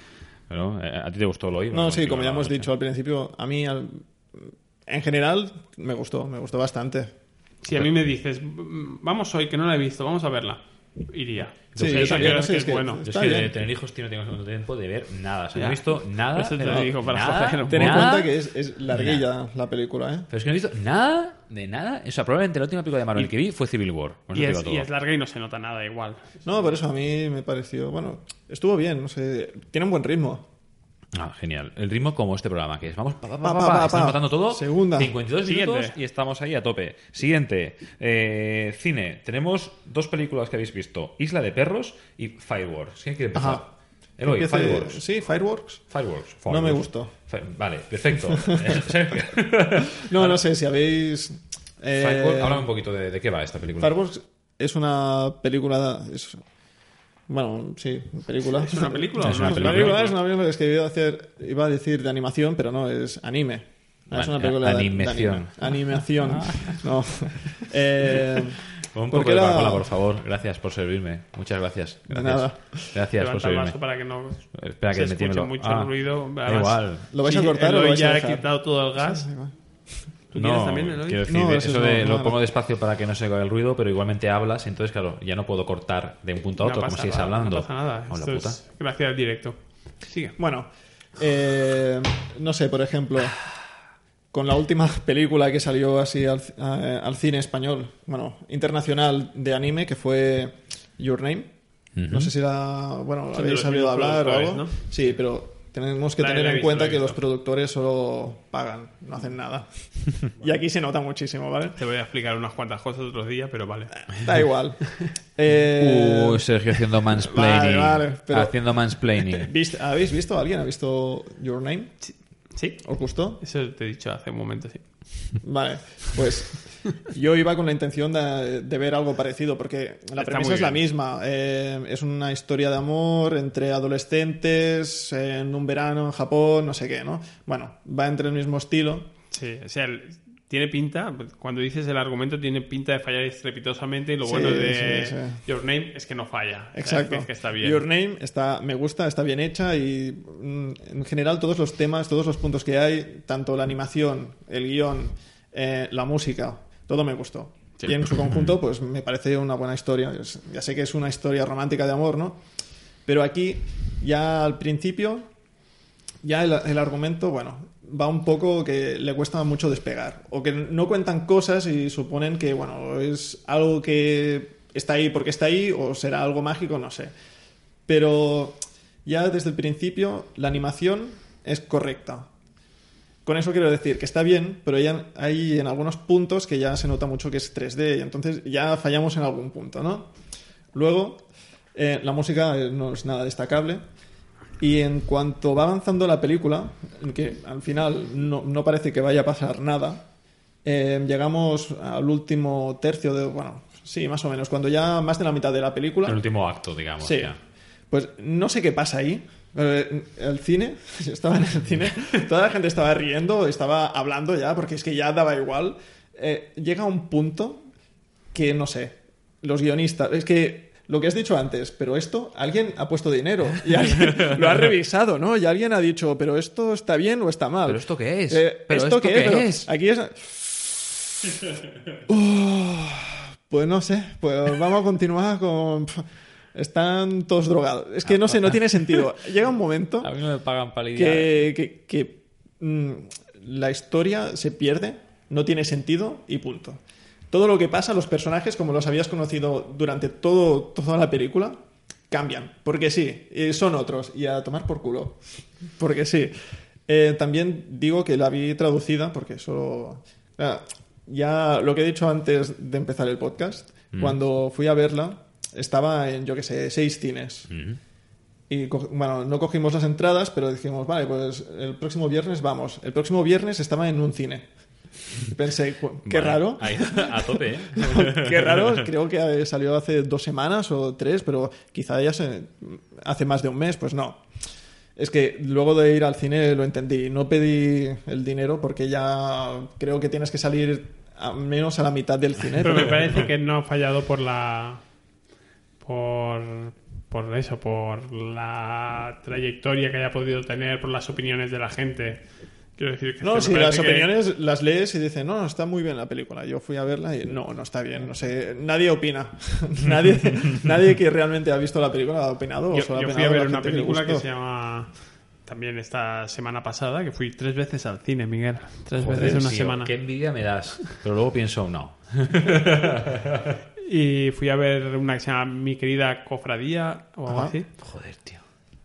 Pero, eh, ¿a ti te gustó lo No, sí, como ya hemos dicho al principio, a mí al- en general me gustó, me gustó bastante. Si a mí me dices, vamos hoy, que no la he visto, vamos a verla, iría. Sí, Eso yo también, creo no sé, que es es que- bueno. Yo es Está que bien. de tener hijos tío, no tengo tiempo de ver nada. O sea, no Ya. he visto nada. Eso te pero lo digo para nada, joder un Ten en nada, cuenta que es, es larguilla la película, ¿eh? Pero es que no he visto nada de nada. O sea, probablemente la última película de Marvel Y- que vi fue Civil War. Con eso Y te es, digo y todo. es larga y no se nota nada igual. No, por eso a mí me pareció, bueno, estuvo bien, no sé, tiene un buen ritmo. Ah, genial. El ritmo como este programa, que es vamos, pa, pa, pa, Pa, pa, pa, pa, pa, estamos pa. matando todo. Segunda. cincuenta y dos Siguiente. minutos y estamos ahí a tope. Siguiente. Eh, cine. Tenemos dos películas que habéis visto. Isla de Perros y Fireworks. ¿Quién quiere empezar? Ajá. Eloy, Empiece- Fireworks. Sí, Fireworks. Fireworks. No me Fireworks. gustó. Fi- Vale, perfecto. Eh, No, no sé si habéis... eh, Fireworks, háblame un poquito de, de qué va esta película. Fireworks es una película... es- bueno, sí, película. ¿Es una película? Es o una no? película. Es una película, es que iba a, hacer, iba a decir de animación, pero no, es anime. No, es una An- película de- de animación. anime. Animación. No. Eh, Pon un porque poco de era- Coca-Cola, por favor. Gracias por servirme. Muchas gracias. De Gracias. nada. Gracias por Levanta el servirme. vaso para que no Espera se que me escuche tiemblo. mucho Ah, ruido. da Además, igual. ¿Lo vais a sí, cortar o lo Eloy vais a ya ha dejar? quitado todo el gas. ¿Tú quieres No, también, Eloy? quiero decir, No, de- eso eso no, de no, lo no. pongo despacio para que no se oiga el ruido, pero igualmente hablas, entonces claro, ya no puedo cortar de un punto a No otro como pasa sigues nada, hablando. No pasa nada. Oh, la Esto puta. es gracias al directo. Sigue. Bueno, eh, no sé, por ejemplo, con la última película que salió así al, a- al cine español, bueno, internacional de anime, que fue Your Name. No sé si la, bueno, Son de habéis los sabido mismos hablar o algo. productores, ¿no? Sí, pero tenemos que La- tener la he en visto, cuenta la he que los visto. productores solo pagan, no hacen nada. Y aquí se nota muchísimo, ¿vale? Te voy a explicar unas cuantas cosas otro día, pero vale. Da igual. Eh, Uh, Sergio haciendo mansplaining. Vale, vale, pero- Haciendo mansplaining. ¿viste- ¿Habéis visto? ¿Alguien ha visto Your Name? Sí, ¿Os gustó? eso te he dicho hace un momento, sí. Vale, pues yo iba con la intención de, de ver algo parecido, porque la Está premisa muy es la bien. misma. Eh, es una historia de amor entre adolescentes en un verano en Japón, no sé qué, ¿no? Bueno, va entre el mismo estilo. Sí, o sea, el- tiene pinta, cuando dices el argumento, tiene pinta de fallar estrepitosamente y lo Sí, bueno de sí, sí. Your Name es que no falla. O sea, Exacto. es que, es que está bien. Your Name está, me gusta, está bien hecha y mm, en general todos los temas, todos los puntos que hay, tanto la animación, el guión, eh, la música, todo me gustó. Sí. Y en su conjunto, pues me parece una buena historia. Es- Ya sé que es una historia romántica de amor, ¿no? Pero aquí, ya al principio, ya el, el argumento, bueno, va un poco que le cuesta mucho despegar. O que no cuentan cosas y suponen que, bueno, es algo que está ahí porque está ahí o será algo mágico, no sé. Pero ya desde el principio la animación es correcta. Con eso quiero decir que está bien, pero ya hay en algunos puntos que ya se nota mucho que es tres D y entonces ya fallamos en algún punto, ¿no? Luego, eh, la música eh, no es nada destacable. Y en cuanto va avanzando la película, en que al final no, no parece que vaya a pasar nada, eh, llegamos al último tercio de, bueno, sí, más o menos, cuando ya más de la mitad de la película... El último acto, digamos. Sí. ya. Pues no sé qué pasa ahí. Eh, El cine, yo estaba en el cine, toda la gente estaba riendo, estaba hablando ya, porque es que ya daba igual. Eh, llega un punto que, no sé, los guionistas... Es que lo que has dicho antes, pero esto, alguien ha puesto dinero y alguien lo ha revisado, ¿no? Y alguien ha dicho, pero esto está bien o está mal. ¿Pero esto qué es? Eh, ¿Pero ¿Esto esto qué, qué es? Pero es? Aquí es... Oh, pues no sé, pues vamos a continuar con... Están todos drogados. Es que no sé, no tiene sentido. Llega un momento A mí no me pagan para lidiar. que, que, que, mm, la historia se pierde, no tiene sentido y punto. Todo lo que pasa, los personajes, como los habías conocido durante todo, toda la película, cambian. Porque sí, eh, son otros. Y a tomar por culo. Porque sí. Eh, también digo que la vi traducida, porque eso... ah, ya lo que he dicho antes de empezar el podcast, Mm. cuando fui a verla, estaba en, yo qué sé, seis cines. Mm. Y, co- bueno, no cogimos las entradas, pero dijimos, vale, pues el próximo viernes vamos. El próximo viernes estaba en un cine. Y pensé, cu- qué Vale, raro. ahí, a tope, ¿eh? Qué raro, creo que salió hace dos semanas o tres, pero quizá ya se, hace más de un mes, pues no. Es que luego de ir al cine lo entendí. No pedí el dinero porque ya creo que tienes que salir al menos a la mitad del cine. Pero me parece que no ha fallado por la... por... por eso, por la trayectoria que haya podido tener, por las opiniones de la gente. Quiero decir que No, es que si me las parece que- opiniones las lees y dicen, no, está muy bien la película. Yo fui a verla y no, no está bien. No sé, nadie opina. nadie, nadie que realmente ha visto la película ha opinado. o Yo, solo ha yo fui opinado a ver la una gente le película que gustó. se llama... También esta semana pasada, que fui tres veces al cine, Miguel. Tres Joder, veces en una tío, semana. Qué envidia me das. Pero luego pienso, no. Y fui a ver una que se llama Mi querida cofradía o algo Ajá. así. Joder, tío.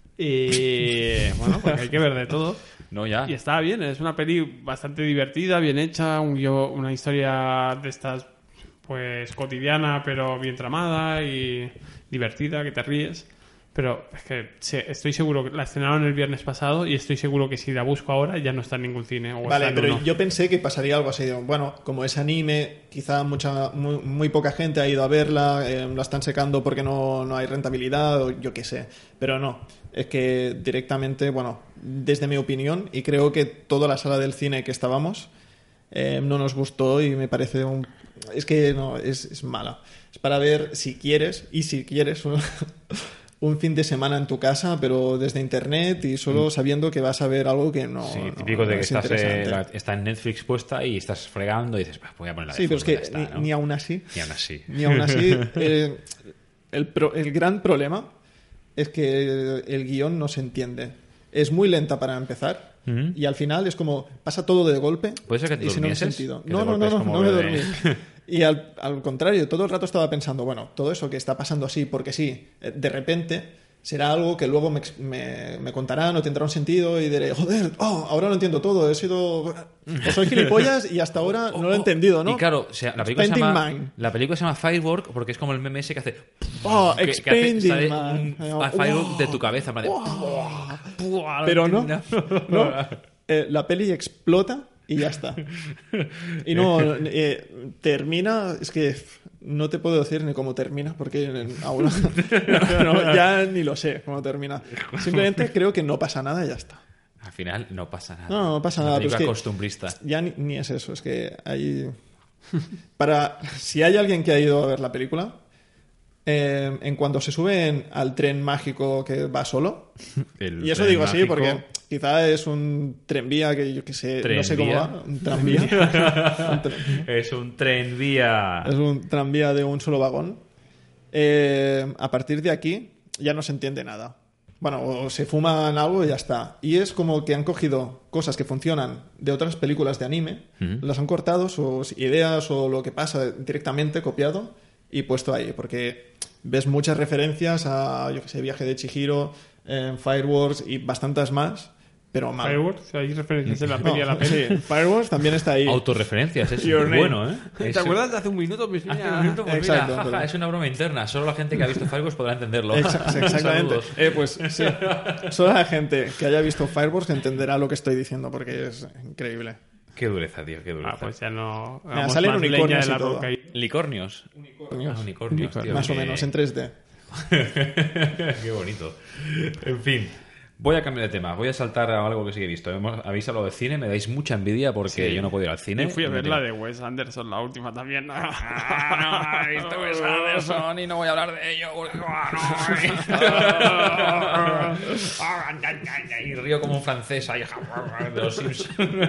Y bueno, porque hay que ver de todo. No, ya. Y estaba bien, es una peli bastante divertida, bien hecha, un guio- una historia de estas, pues cotidiana, pero bien tramada y divertida, que te ríes. Pero es que se- estoy seguro que la estrenaron el viernes pasado y estoy seguro que si la busco ahora ya no está en ningún cine. O Vale, está en pero uno. yo pensé que pasaría algo así. Bueno, como es anime, quizá mucha, muy, muy poca gente ha ido a verla, eh, la están secando porque no, no hay rentabilidad o yo qué sé. Pero no, es que directamente, bueno, desde mi opinión, y creo que toda la sala del cine que estábamos eh, no nos gustó y me parece un... Es que no, es, es mala. Es para ver si quieres, y si quieres... un fin de semana en tu casa, pero desde internet y solo sabiendo que vas a ver algo que no. Sí, no- típico de no que es estás, eh, interesante. la- está en Netflix puesta y estás fregando y dices, "Bah, voy a ponerla de Sí, pero es fondo, que ya está", ni, ¿no? ni aún así, Ni aún así. ni aún así, eh, el, pro- el gran problema es que el guión no se entiende. Es muy lenta para empezar. Ujú. Y al final es como pasa todo de golpe. ¿Puede ser que te y sin un durmieses? sentido. Que No, de no, golpe no, es no, como no me lo de- dormí. Y al, al contrario, todo el rato estaba pensando, bueno, todo eso que está pasando así, porque sí, eh, de repente será algo que luego me, ex- me, me contarán o tendrá un sentido y diré, joder, oh, ahora lo entiendo todo, he sido... O soy gilipollas y hasta ahora no lo he entendido, ¿no? Y claro, o sea, la película, se Expanding llama, Mind. la película se llama Firework porque es como el meme ese que hace... Oh, que, que hace- Expanding sale Mind. un a firework Wow. de tu cabeza. en plan de- Buah, Pero no, entiendo. no. Eh, la peli explota y ya está. Y no, eh, termina, es que no te puedo decir ni cómo termina, porque aún no, no, ya ni lo sé cómo termina. Simplemente creo que no pasa nada y ya está. Al final no pasa nada. No, no pasa Una nada, pero película es que- costumbrista. Ya ni, ni es eso, es que hay... Para, si hay alguien que ha ido a ver la película, eh, en cuanto se suben al tren mágico que va solo, El y eso tren digo así mágico- porque quizá es un trenvía que yo que sé, no sé cómo ¿Tranvía? va, un tranvía. Un tren- Es un tren vía. es un tranvía de un solo vagón. Eh, a partir de aquí ya no se entiende nada. Bueno, o se fuman algo y ya está. Y es como que han cogido cosas que funcionan de otras películas de anime, Ujú. las han cortado, sus ideas o lo que pasa directamente copiado y puesto ahí. Porque ves muchas referencias a, yo que sé, Viaje de Chihiro, eh, Fireworks y bastantes más, pero mal. Fireworks, hay referencias de la No, peli a la peli. sí, Fireworks también está ahí. Autorreferencias, es Your name. bueno, ¿eh? ¿Te Es- acuerdas de hace un minuto? Pues Hace mira, un minuto, pues Exacto, mira, jaja, pero- es una broma interna. Solo la gente que ha visto Fireworks podrá entenderlo. Exa- exactamente. Saludos. Eh, pues sí. Solo la gente que haya visto Fireworks entenderá lo que estoy diciendo porque es increíble. Qué dureza, tío, qué dureza. Ah, pues ya no... Mira, hagamos salen más leña unicornios de la y todo. roca ahí. Licornios. Unicornios. Ah, unicornios, tío, Más o que- menos, en tres D. Qué bonito. En fin, voy a cambiar de tema. Voy a saltar a algo que sí que he visto. Hemos- Habéis hablado de cine, me dais mucha envidia porque yo no puedo ir al cine. Yo fui a No ver tengo- la de Wes Anderson, la última también. Ah, no, he visto Wes Anderson y no voy a hablar de ello porque... Y río como un francés ahí de los Simpsons.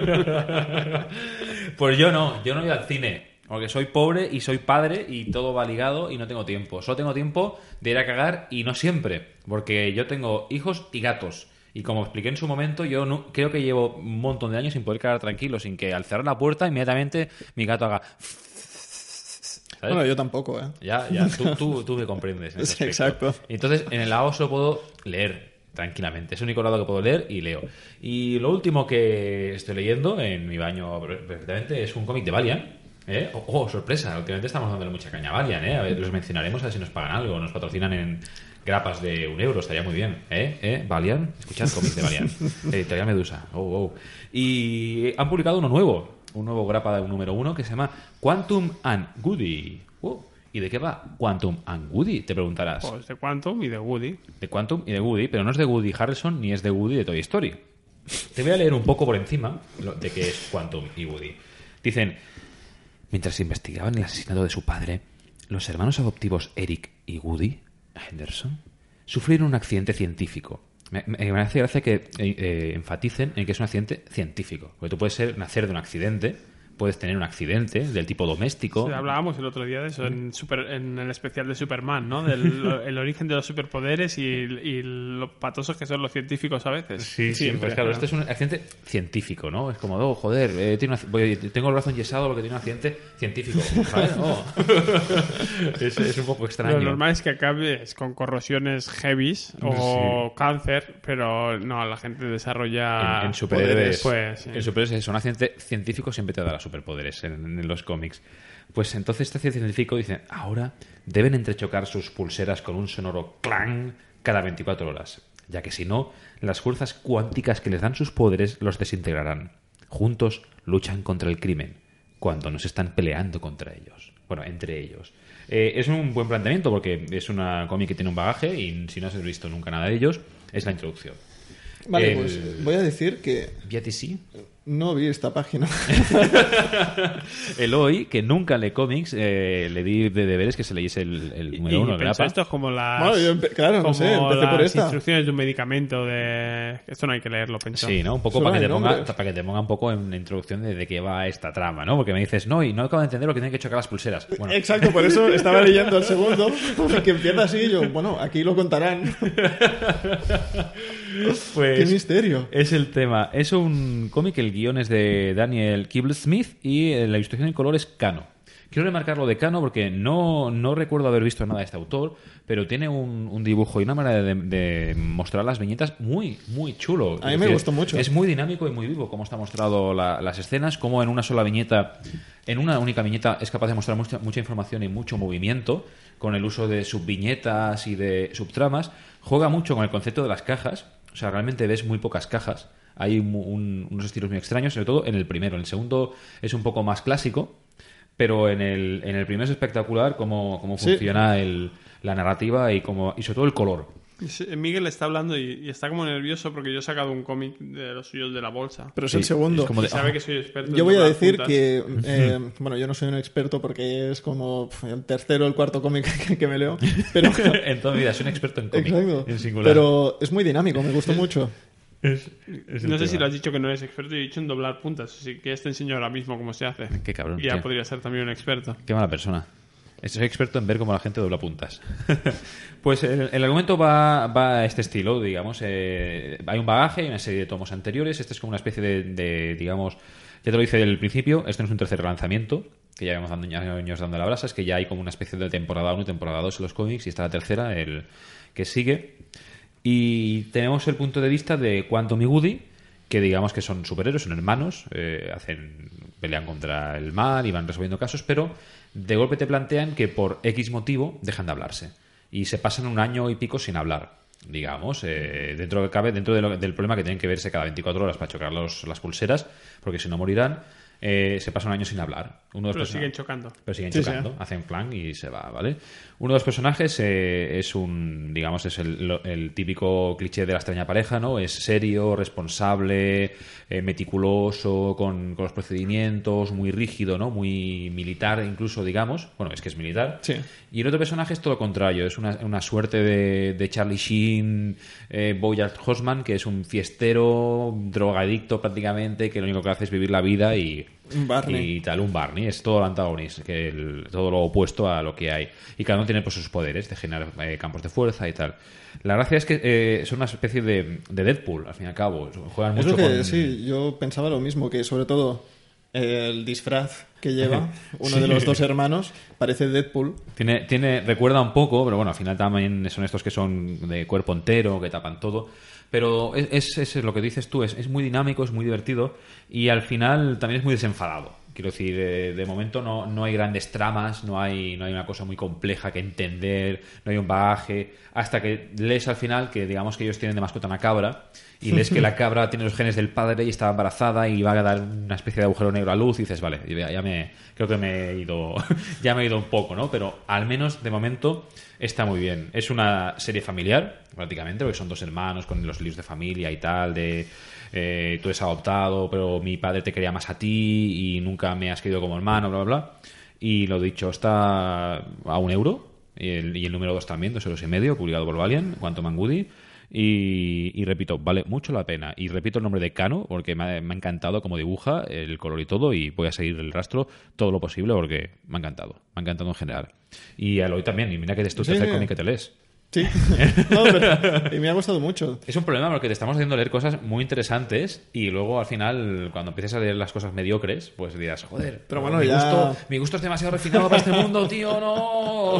Pues yo no, yo no voy al cine. Porque soy pobre y soy padre y todo va ligado y no tengo tiempo. Solo tengo tiempo de ir a cagar y no siempre. Porque yo tengo hijos y gatos. Y como expliqué en su momento, yo no, creo que llevo un montón de años sin poder cagar tranquilo, sin que al cerrar la puerta inmediatamente mi gato haga... ¿sabes? Bueno, yo tampoco, ¿eh? Ya, ya, tú, tú, tú me comprendes. En ese Sí, aspecto. exacto. Entonces, en el lavabo solo puedo leer tranquilamente. Es el único lado que puedo leer y leo. Y lo último que estoy leyendo en mi baño perfectamente es un cómic de Valiant. ¿Eh? Oh, oh, sorpresa, últimamente estamos dándole mucha caña a Valiant, ¿eh? A ver, los mencionaremos a ver si nos pagan algo, nos patrocinan en grapas de un euro, estaría muy bien, ¿eh? ¿Eh? Valiant, escuchad cómics de Valiant, editorial Medusa, oh, oh. Y han publicado uno nuevo, un nuevo grapa de un número uno que se llama Quantum and Woody. Oh, ¿y de qué va Quantum and Woody? Te preguntarás. Pues de Quantum y de Woody. De Quantum y de Woody, pero no es de Woody Harrelson ni es de Woody de Toy Story. Te voy a leer un poco por encima lo- de qué es Quantum y Woody. Dicen... Mientras investigaban el asesinato de su padre, los hermanos adoptivos Eric y Woody Henderson sufrir un accidente científico. Me, me, me hace gracia que eh, eh, enfaticen en que es un accidente científico. Porque tú puedes ser, nacer de un accidente, puedes tener un accidente del tipo doméstico. Sí, hablábamos el otro día de eso en, super, en el especial de Superman, ¿no? Del el origen de los superpoderes y, y lo patosos que son los científicos a veces. Sí, sí, Siempre, pues claro, pero... esto es un accidente científico, ¿no? Es como, oh, joder, eh, tiene una, voy, tengo el brazo enyesado porque tiene un accidente científico. ¿Vale? Oh. es, es un poco extraño. Lo normal es que acabes con corrosiones heavies o sí. cáncer, pero no, la gente desarrolla... En, en superhéroes, pues, sí. en superhéroes es un accidente científico, siempre te dará superpoderes en, en los cómics. Pues entonces este científico dice, ahora deben entrechocar sus pulseras con un sonoro clang cada veinticuatro horas, ya que si no, las fuerzas cuánticas que les dan sus poderes los desintegrarán. Juntos luchan contra el crimen, cuando nos están peleando contra ellos. Bueno, entre ellos. Eh, es un buen planteamiento porque es una cómic que tiene un bagaje y si no has visto nunca nada de ellos, es la introducción. Vale, el... pues voy a decir que... ¿V T C? No vi esta página. Eloy, que nunca lee cómics, eh, le di de deberes que se leyese el, el número y, uno. Y pensó, esto es como las, bueno, yo empe- claro, como no sé, empecé por las esta. instrucciones de un medicamento. De Esto no hay que leerlo, pensó. Sí, ¿no? Un poco Solo para que, hay te ponga, nombres. para que te ponga un poco en la introducción de, de qué va esta trama, ¿no? Porque me dices, no, y no acabo de entender lo que tienen que chocar las pulseras. Bueno, Exacto, por eso estaba leyendo el segundo, que empieza así y yo, bueno, aquí lo contarán. pues ¡Qué misterio! es el tema. Es un cómic, el guión es de Daniel Kibble-Smith y eh, la ilustración en color es Cano. Quiero remarcar lo de Cano porque no, no recuerdo haber visto nada de este autor, pero tiene un, un dibujo y una manera de, de mostrar las viñetas muy, muy chulo. A mí Es me decir, gustó mucho. Es muy dinámico y muy vivo cómo está mostrado la- las escenas, cómo en una sola viñeta, en una única viñeta es capaz de mostrar mucha, mucha información y mucho movimiento, con el uso de subviñetas y de subtramas. Juega mucho con el concepto de las cajas, o sea, realmente ves muy pocas cajas. Hay un- un- unos estilos muy extraños, sobre todo en el primero. En el segundo es un poco más clásico, pero en el, en el primero es espectacular cómo, cómo Sí. funciona el, la narrativa y, cómo, y sobre todo el color. Sí, Miguel está hablando y, y está como nervioso porque yo he sacado un cómic de los suyos de la bolsa. Pero es Sí, el segundo. es como de- Y sabe ah. que soy experto en Yo voy a doblar decir puntas. que, eh, bueno, yo no soy un experto porque es como pf, el tercero o el cuarto cómic que, que me leo, pero En toda mi vida, soy un experto en cómic. exacto. En singular. Pero es muy dinámico, me gustó mucho. Es- es el No sé tema. si lo has dicho que no eres experto, yo he dicho en doblar puntas. Así que te enseño ahora mismo cómo se hace. Qué cabrón, Y ya tío. podría ser también un experto. Qué mala persona. Soy experto en ver cómo la gente dobla puntas. Pues el, el argumento va, va a este estilo, digamos. Eh, hay un bagaje, hay una serie de tomos anteriores. Este es como una especie de, de, digamos, ya te lo hice del principio, este no es un tercer lanzamiento, que ya llevamos dando, años dando la brasa, es que ya hay como una especie de temporada uno y temporada dos en los cómics y está la tercera, el que sigue. Y tenemos el punto de vista de Quantum y Woody, que digamos que son superhéroes, son hermanos, eh, hacen pelean contra el mal y van resolviendo casos, pero de golpe te plantean que por X motivo dejan de hablarse y se pasan un año y pico sin hablar, digamos, eh, dentro de cabe dentro de lo- del problema que tienen que verse cada veinticuatro horas para chocar los, las pulseras, porque si no morirán. Eh, se pasa un año sin hablar. Uno de los Pero person- siguen chocando. pero siguen Sí, chocando, sí. hacen flank y se va, ¿vale? Uno de los personajes eh, es un, digamos, es el, lo- el típico cliché de la extraña pareja, ¿no? Es serio, responsable, eh, meticuloso, con, con los procedimientos, muy rígido, ¿no? Muy militar incluso, digamos. Bueno, es que es militar. Sí. Y el otro personaje es todo lo contrario, es una, una suerte de, de Charlie Sheen, eh, Bojack Horseman, que es un fiestero, drogadicto prácticamente, que lo único que hace es vivir la vida y... Un Barney. Y tal, un Barney, es todo el antagonista, que el- todo lo opuesto a lo que hay. Y cada uno tiene pues, sus poderes de generar eh, campos de fuerza y tal. La gracia es que eh, son una especie de, de Deadpool, al fin y al cabo. Juegan Es mucho lo que, con... sí, yo pensaba lo mismo, que sobre todo eh, el disfraz que lleva uno Sí. de los dos hermanos parece Deadpool. Tiene, tiene, recuerda un poco, pero bueno, al final también son estos que son de cuerpo entero, que tapan todo. Pero es, es, es lo que dices tú, es, es muy dinámico, es muy divertido y al final también es muy desenfadado. Quiero decir, eh, de momento no, no hay grandes tramas, no hay, no hay una cosa muy compleja que entender, no hay un bagaje, hasta que lees al final que digamos que ellos tienen de mascota una cabra y lees que la cabra tiene los genes del padre y está embarazada y va a dar una especie de agujero negro a luz y dices, vale, ya, ya me creo que me he ido ya me he ido un poco, ¿no? Pero al menos de momento está muy bien. Es una serie familiar, prácticamente, porque son dos hermanos con los líos de familia y tal, de eh, tú eres adoptado, pero mi padre te quería más a ti y nunca me has querido como hermano, bla, bla, bla. Y lo dicho, está a un euro y el, y el número dos también, dos euros y medio, publicado por Valiant, Quantum and Goody. Y, y repito, vale mucho la pena. Y repito el nombre de Kano porque me ha, me ha encantado cómo dibuja, el color y todo, y voy a seguir el rastro todo lo posible porque me ha encantado. Me ha encantado en general. Y a Eloy también, y mira que eres tu Sí, tercer sí. cómic que te lees. Sí. No, pero, y me ha gustado mucho. Es un problema porque te estamos haciendo leer cosas muy interesantes y luego al final, cuando empieces a leer las cosas mediocres, pues dirás, joder, Pero bueno, mi, ya- gusto, mi gusto es demasiado refinado para este mundo, tío, no.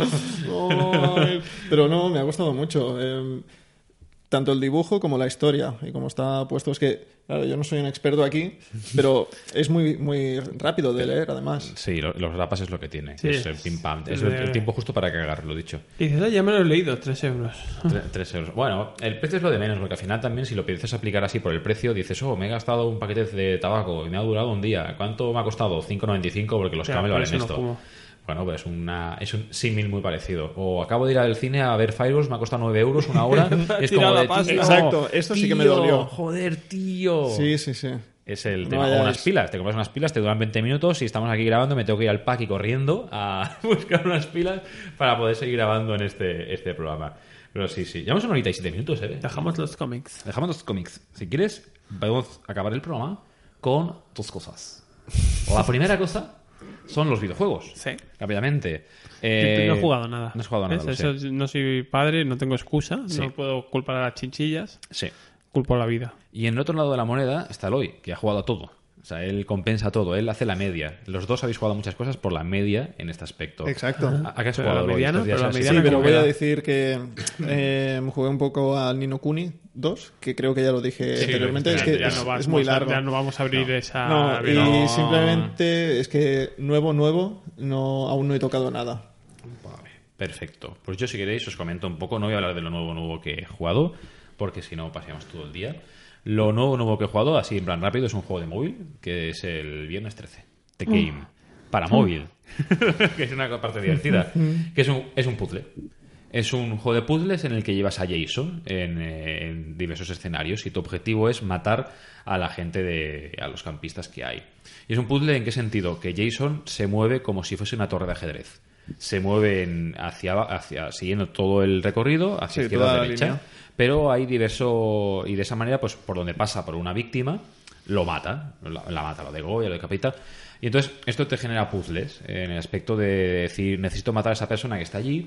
Ay, pero no, me ha gustado mucho. Eh, tanto el dibujo como la historia y como está puesto. Es que, claro, yo no soy un experto aquí, pero es muy, muy rápido de leer, además. Sí, lo- los rapas es lo que tiene. Sí. Es el pim pam. Es Sí. el, el tiempo justo para cagar, lo dicho. Y dices, "Ah, ya me lo he leído, tres euros. Tre- Tres euros. Bueno, el precio es lo de menos, porque al final también si lo piensas aplicar así por el precio, dices, oh, me he gastado un paquete de tabaco y me ha durado un día. ¿Cuánto me ha costado? cinco noventa y cinco porque los Ya, camel por valen eso no esto. fumo. Bueno, pues una, es un símil muy parecido. O acabo de ir al cine a ver Fireballs, me ha costado nueve euros una hora. Es Tirado como la de, pasta. tío, Exacto, esto sí que me tío, dolió. Joder, tío. Sí, sí, sí. Es el No tema. vayáis. O unas pilas. Te compras unas pilas, te duran veinte minutos y estamos aquí grabando. Me tengo que ir al pack y corriendo a buscar unas pilas para poder seguir grabando en este, este programa. Pero sí, sí. Llevamos una horita y siete minutos, ¿eh? Dejamos los cómics. Dejamos los cómics. Si quieres, podemos acabar el programa con dos cosas. La primera cosa son los videojuegos. Sí. Rápidamente. Yo Eh, no he jugado nada. No has jugado nada, ¿Ves? lo Eso sé. es- no soy padre, no tengo excusa. Sí. No puedo culpar a las chinchillas. Sí. Culpo a la vida. Y en el otro lado de la moneda está Eloy, que ha jugado a todo. O sea, él compensa todo, él hace la media. Los dos habéis jugado muchas cosas por la media en este aspecto. Exacto. ¿A a qué has Pero jugado, la Eloy, mediana, estos días pero la así? mediana Sí, pero como voy a queda. decir que eh, jugué un poco al Ni no Kuni dos, que creo que ya lo dije Sí, anteriormente. ya- Es que Ya es, no vamos es muy a- largo. Ya no vamos a abrir No. esa... No, y No. simplemente es que nuevo, nuevo, no, aún no he tocado nada. Vale, perfecto. Pues yo, si queréis, os comento un poco. No voy a hablar de lo nuevo, nuevo que he jugado, porque si no, pasaríamos todo el día. Lo nuevo, nuevo que he jugado, así en plan rápido, es un juego de móvil, que es el Viernes trece. The Game. Para móvil. Que es una parte divertida. Que es un, es un puzzle. Es un juego de puzzles en el que llevas a Jason en, eh, en diversos escenarios y tu objetivo es matar a la gente, de a los campistas que hay. Y es un puzzle en qué sentido? Que Jason se mueve como si fuese una torre de ajedrez. Se mueve en- hacia, hacia siguiendo todo el recorrido, hacia Sí, izquierda toda a la derecha. línea. Pero hay diverso... Y de esa manera, pues por donde pasa por una víctima, lo mata. La, la mata, lo degolla, lo decapita. Y entonces esto te genera puzzles en el aspecto de decir, necesito matar a esa persona que está allí,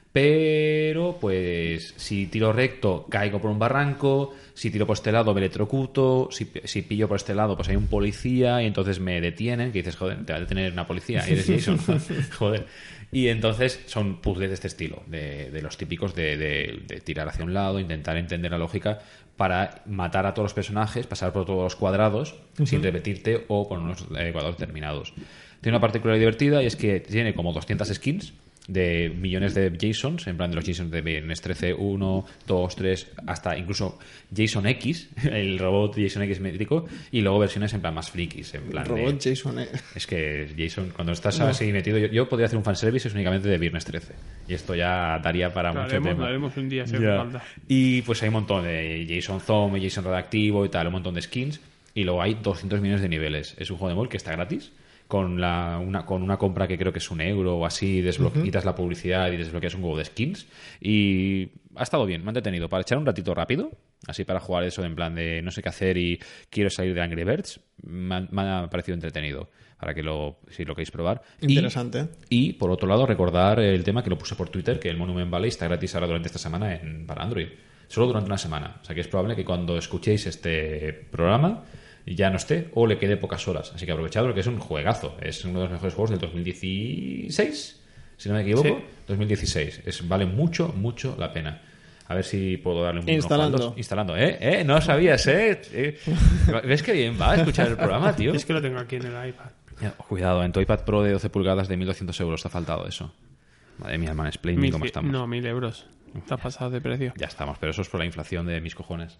pero pues si tiro recto caigo por un barranco, si tiro por este lado me electrocuto, si, si pillo por este lado pues hay un policía y entonces me detienen, que dices, joder, te va a detener una policía, y eres Jason, joder. Y entonces son puzzles de este estilo, de, de los típicos de, de- de tirar hacia un lado, intentar entender la lógica para matar a todos los personajes, pasar por todos los cuadrados sin repetirte o por unos eh, cuadrados terminados. Tiene una particularidad divertida y es que tiene como doscientas skins de millones de Jasons, en plan de los Jasons de Viernes trece, uno, dos, tres, hasta incluso Jason X, el robot Jason X métrico, y luego versiones en plan más frikis, en plan de- Robot Jason. eh. es que Jason, cuando estás así metido, yo, yo podría hacer un fanservice únicamente de Viernes trece. Y esto ya daría para Lo mucho haremos, tema. lo haremos un día si hace Ya. falta. Y pues hay un montón de Jason Zombie, Jason Radioactivo y tal, un montón de skins. Y luego hay doscientos millones de niveles. Es un juego de móvil que está gratis. Con, la, una, con una compra que creo que es un euro o así, desbloque- quitas la publicidad y desbloqueas un juego de skins. Y ha estado bien, me ha entretenido. Para echar un ratito rápido, así para jugar eso en plan de no sé qué hacer y quiero salir de Angry Birds, me ha, me ha parecido entretenido. Para que lo, si lo queréis probar. Y- Interesante. y por otro lado, recordar el tema que lo puse por Twitter, que el Monument Valley está gratis ahora durante esta semana en, para Android. Solo durante una semana. O sea que es probable que cuando escuchéis este programa ya no esté o le quede pocas horas. Así que aprovechad porque es un juegazo. Es uno de los mejores juegos del dos mil dieciséis, si no me equivoco. Sí. dos mil dieciséis. Es, vale mucho, mucho la pena. A ver si puedo darle un Instalando. ojo al dos. Instalando, ¿eh? ¿eh? No sabías, ¿eh? ¿eh? ¿Ves que bien va a escuchar el programa, tío? Es que lo tengo aquí en el iPad. Ya, cuidado, en tu iPad Pro de doce pulgadas de mil doscientos euros te ha faltado eso. Madre mía, mansplaining, Mil ¿cómo ci- estamos? No, mil euros. Te has pasado de precio. Ya estamos, pero eso es por la inflación de mis cojones.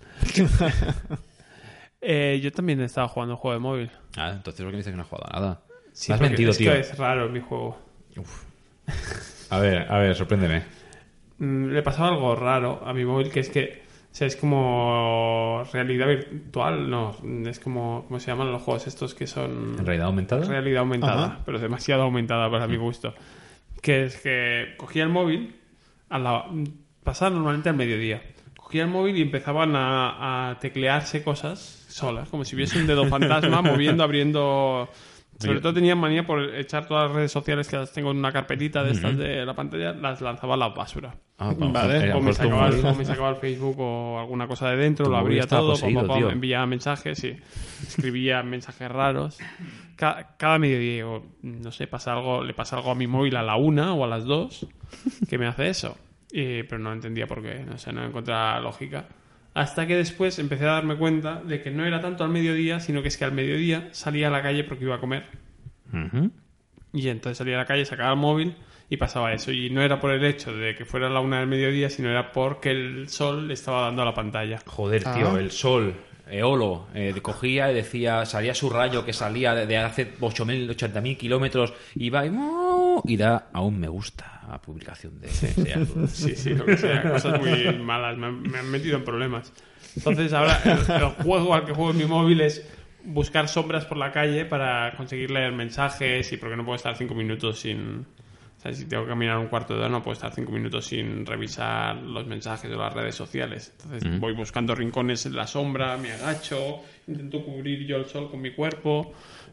Eh, yo también he estado jugando un juego de móvil. Ah, entonces ¿por qué me dices que no has jugado a nada? Sí, me has porque mentido, es tío. que es raro mi juego. A ver, a ver, sorpréndeme. Mm, Le pasaba algo raro a mi móvil, que es que, o sea, es como realidad virtual, no, es como, ¿cómo se llaman los juegos estos que son ¿En realidad aumentada? realidad aumentada, Ajá. pero demasiado aumentada para mi gusto. que es que cogía el móvil, a la, pasaba normalmente al mediodía, cogía el móvil y empezaban a, a teclearse cosas solas, como si hubiese un dedo fantasma moviendo, abriendo... Sobre todo tenía manía por echar todas las redes sociales que las tengo en una carpetita de estas de la pantalla, las lanzaba a la basura. Ah, Vale. O me, sacaba el, o me sacaba el Facebook o alguna cosa de dentro, Tu lo móvil abría está todo, poseído, pam, pam, tío. pam, enviaba mensajes, sí. Escribía mensajes raros. Cada, cada mediodía, digo, no sé, pasa algo, le pasa algo a mi móvil a la una o a las dos que me hace eso. Y, pero no entendía por qué, no sé, no encontraba lógica. Hasta que después empecé a darme cuenta de que no era tanto al mediodía, sino que es que al mediodía salía a la calle porque iba a comer. Ujú. Y entonces salía a la calle, sacaba el móvil y pasaba eso. Y no era por el hecho de que fuera la una del mediodía, sino era porque el sol le estaba dando a la pantalla. Joder, tío, Ah. el sol, Eolo, eh, cogía y decía, salía su rayo que salía de, de hace ocho mil, ochenta mil kilómetros, iba y, ¡mu! Y da a un me gusta a publicación de ese. Sí, sí, lo que sea. Cosas muy malas. Me han, me han metido en problemas. Entonces ahora el, el juego al que juego en mi móvil es buscar sombras por la calle para conseguir leer mensajes y porque no puedo estar cinco minutos sin... O sea, si tengo que caminar un cuarto de hora no puedo estar cinco minutos sin revisar los mensajes de las redes sociales. Entonces Mm. voy buscando rincones en la sombra, me agacho, intento cubrir yo el sol con mi cuerpo,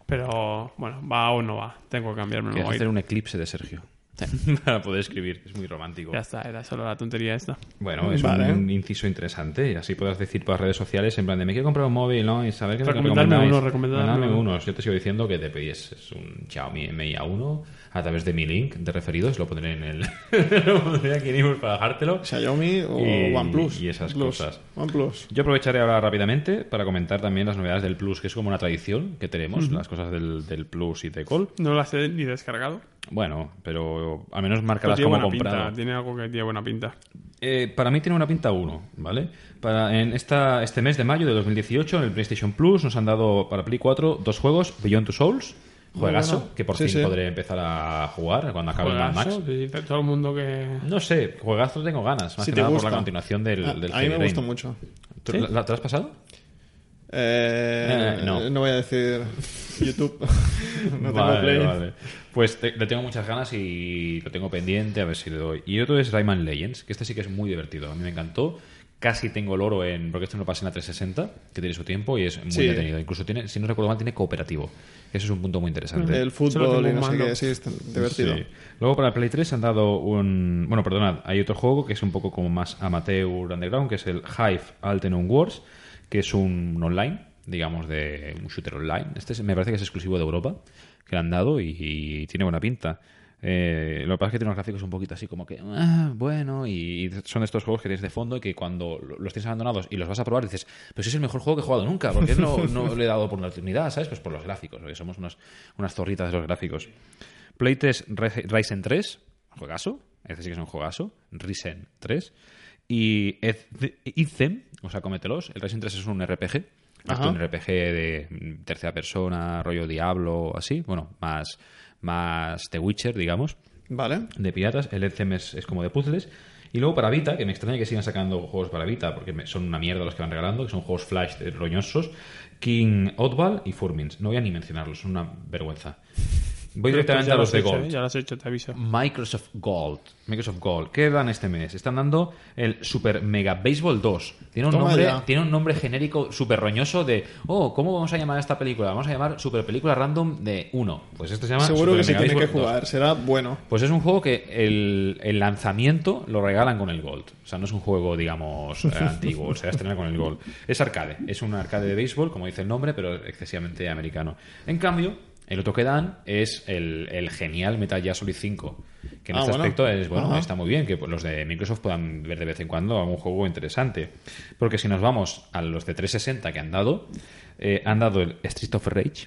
pero bueno, va o no va. Tengo que cambiarme el Tienes que móvil. hacer un eclipse de Sergio para poder escribir, es muy romántico. Ya está, era solo la tontería esta. Bueno, es Vale. un inciso interesante y así podrás decir por las redes sociales en plan de me quiero comprar un móvil, ¿no? Y saber que me Recomendarme recomendáis. uno, recomendarme Recomendarme uno. unos. Yo te sigo diciendo que te pedís un Xiaomi M I A uno a través de mi link de referidos, lo pondré en el lo pondré aquí en iVoox para bajártelo. Xiaomi o Y- OnePlus. y esas Plus. cosas. OnePlus. Yo aprovecharé ahora rápidamente para comentar también las novedades del Plus, que es como una tradición que tenemos, las cosas del, del Plus y de Call. No las he ni descargado. Bueno, pero al menos Pero márcalas tiene como buena comprado. pinta, tiene algo que tiene buena pinta. Eh, para mí tiene una pinta uno, ¿vale? Para, en esta, este mes de mayo de dos mil dieciocho, en el PlayStation Plus, nos han dado para Play cuatro dos juegos, Beyond Two Souls, juegazo, bueno. que por Sí, fin sí. podré empezar a jugar cuando acabe el Mad Max. Juegazo, dice todo el mundo que... No sé, juegazo tengo ganas, más Si que te nada por gusta. la continuación del, A, del a mí me Heavy gusta Rain. mucho. ¿Tú- ¿Sí? la- ¿Te lo has pasado? Eh, Eh, no. no. voy a decir YouTube. no tengo Vale, Play. vale. Pues te- le tengo muchas ganas y lo tengo pendiente, a ver si le doy. Y otro es Rayman Legends, que este sí que es muy divertido. A mí me encantó. Casi tengo el oro en. Porque esto no pasa en la trescientos sesenta, que tiene su tiempo y es muy Sí. detenido. Incluso tiene, si no recuerdo mal, tiene cooperativo. Eso es un punto muy interesante. El Solo fútbol tengo y un no sé mando. qué. Sí, está divertido. Sí. Luego para Play tres han dado un... Bueno, perdonad, hay otro juego que es un poco como más amateur underground, que es el Hive Altenon Wars, que es un online, digamos, de un shooter online. Este es- me parece que es exclusivo de Europa, que le han dado y, y tiene buena pinta. Eh, lo que pasa es que tiene unos gráficos un poquito así como que, ah, bueno, y, y son de estos juegos que tienes de fondo y que cuando lo- los tienes abandonados y los vas a probar dices, pues es el mejor juego que he jugado nunca, porque no, no le he dado por una oportunidad, ¿sabes? Pues por los gráficos, porque somos unos, unas zorritas de los gráficos. Play tres Re- Ryzen tres, juegazo, este sí que es un juegazo, Ryzen tres, y Eth- Ethem, o sea, cómetelos, el Ryzen tres es un R P G, es Ajá. un R P G de mm, tercera persona, rollo Diablo, así, bueno, más, más The Witcher, digamos, Vale. de piratas, el Ethem es, es como de puzzles. Y luego para Vita, que me extraña que sigan sacando juegos para Vita, porque me- son una mierda los que van regalando, que son juegos flash de roñosos, King Oddball y Furmins. No voy a ni mencionarlos, son una vergüenza. Voy Pero directamente pues ya a lo los has de hecho, Gold. ¿eh? Ya lo has hecho, te aviso. Microsoft Gold. Microsoft Gold. ¿Qué dan este mes? Están dando el Super Mega Baseball dos. Tiene un Toma nombre, ya. tiene un nombre genérico súper roñoso de, oh, ¿cómo vamos a llamar a esta película? Vamos a llamar Super Película Random de uno. Pues esto se llama Seguro Super que se Mega tiene que Baseball dos. jugar. Será bueno. Pues es un juego que el, el lanzamiento lo regalan con el Gold. O sea, no es un juego, digamos, eh, antiguo. Se va a estrenar con el Gold. Es arcade. Es un arcade de béisbol, como dice el nombre, pero excesivamente americano. En cambio, el otro que dan es el, el genial Metal Gear Solid cinco. Que en Ah, este bueno. aspecto es, bueno, Ajá. está muy bien que los de Microsoft puedan ver de vez en cuando algún juego interesante. Porque si nos vamos a los de trescientos sesenta que han dado, eh, han dado el Street of Rage.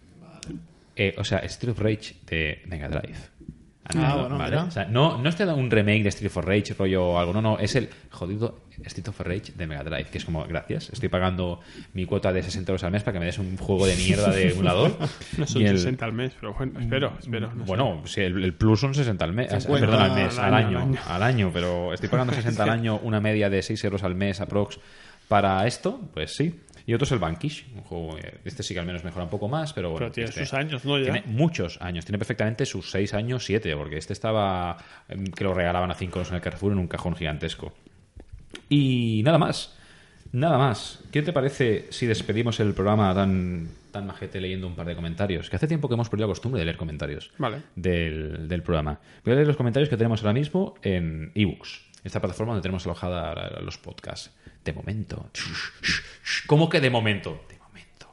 Eh, o sea, Street of Rage de Mega Drive. Han Ah, dado, bueno, ¿vale? mira. O sea, no, no estoy dando un remake de Street of Rage, rollo algo, no, no, es el jodido Street of Rage de Mega Drive, que es como, gracias, estoy pagando mi cuota de sesenta euros al mes para que me des un juego de mierda de emulador. No son Y el- sesenta al mes, pero bueno, espero, espero. no sé. Bueno, si el, el Plus son sesenta al mes, cincuenta perdón, al mes, al al año, año, al año. al año, pero estoy pagando sesenta al año, una media de seis euros al mes aprox para esto, pues sí. Y otro es el Vanquish, un juego, este sí que al menos mejora un poco más, pero bueno. Pero tiene este sus años, ¿no? Ya. Tiene muchos años, tiene perfectamente sus seis años, siete, porque este estaba, que lo regalaban a cinco euros en el Carrefour en un cajón gigantesco. Y nada más, nada más. ¿Qué te parece si despedimos el programa tan, tan majete leyendo un par de comentarios? Que hace tiempo que hemos perdido la costumbre de leer comentarios Vale. del, del programa. Voy a leer los comentarios que tenemos ahora mismo en ebooks, esta plataforma donde tenemos alojada los podcasts. De momento. ¿Cómo que de momento? De momento.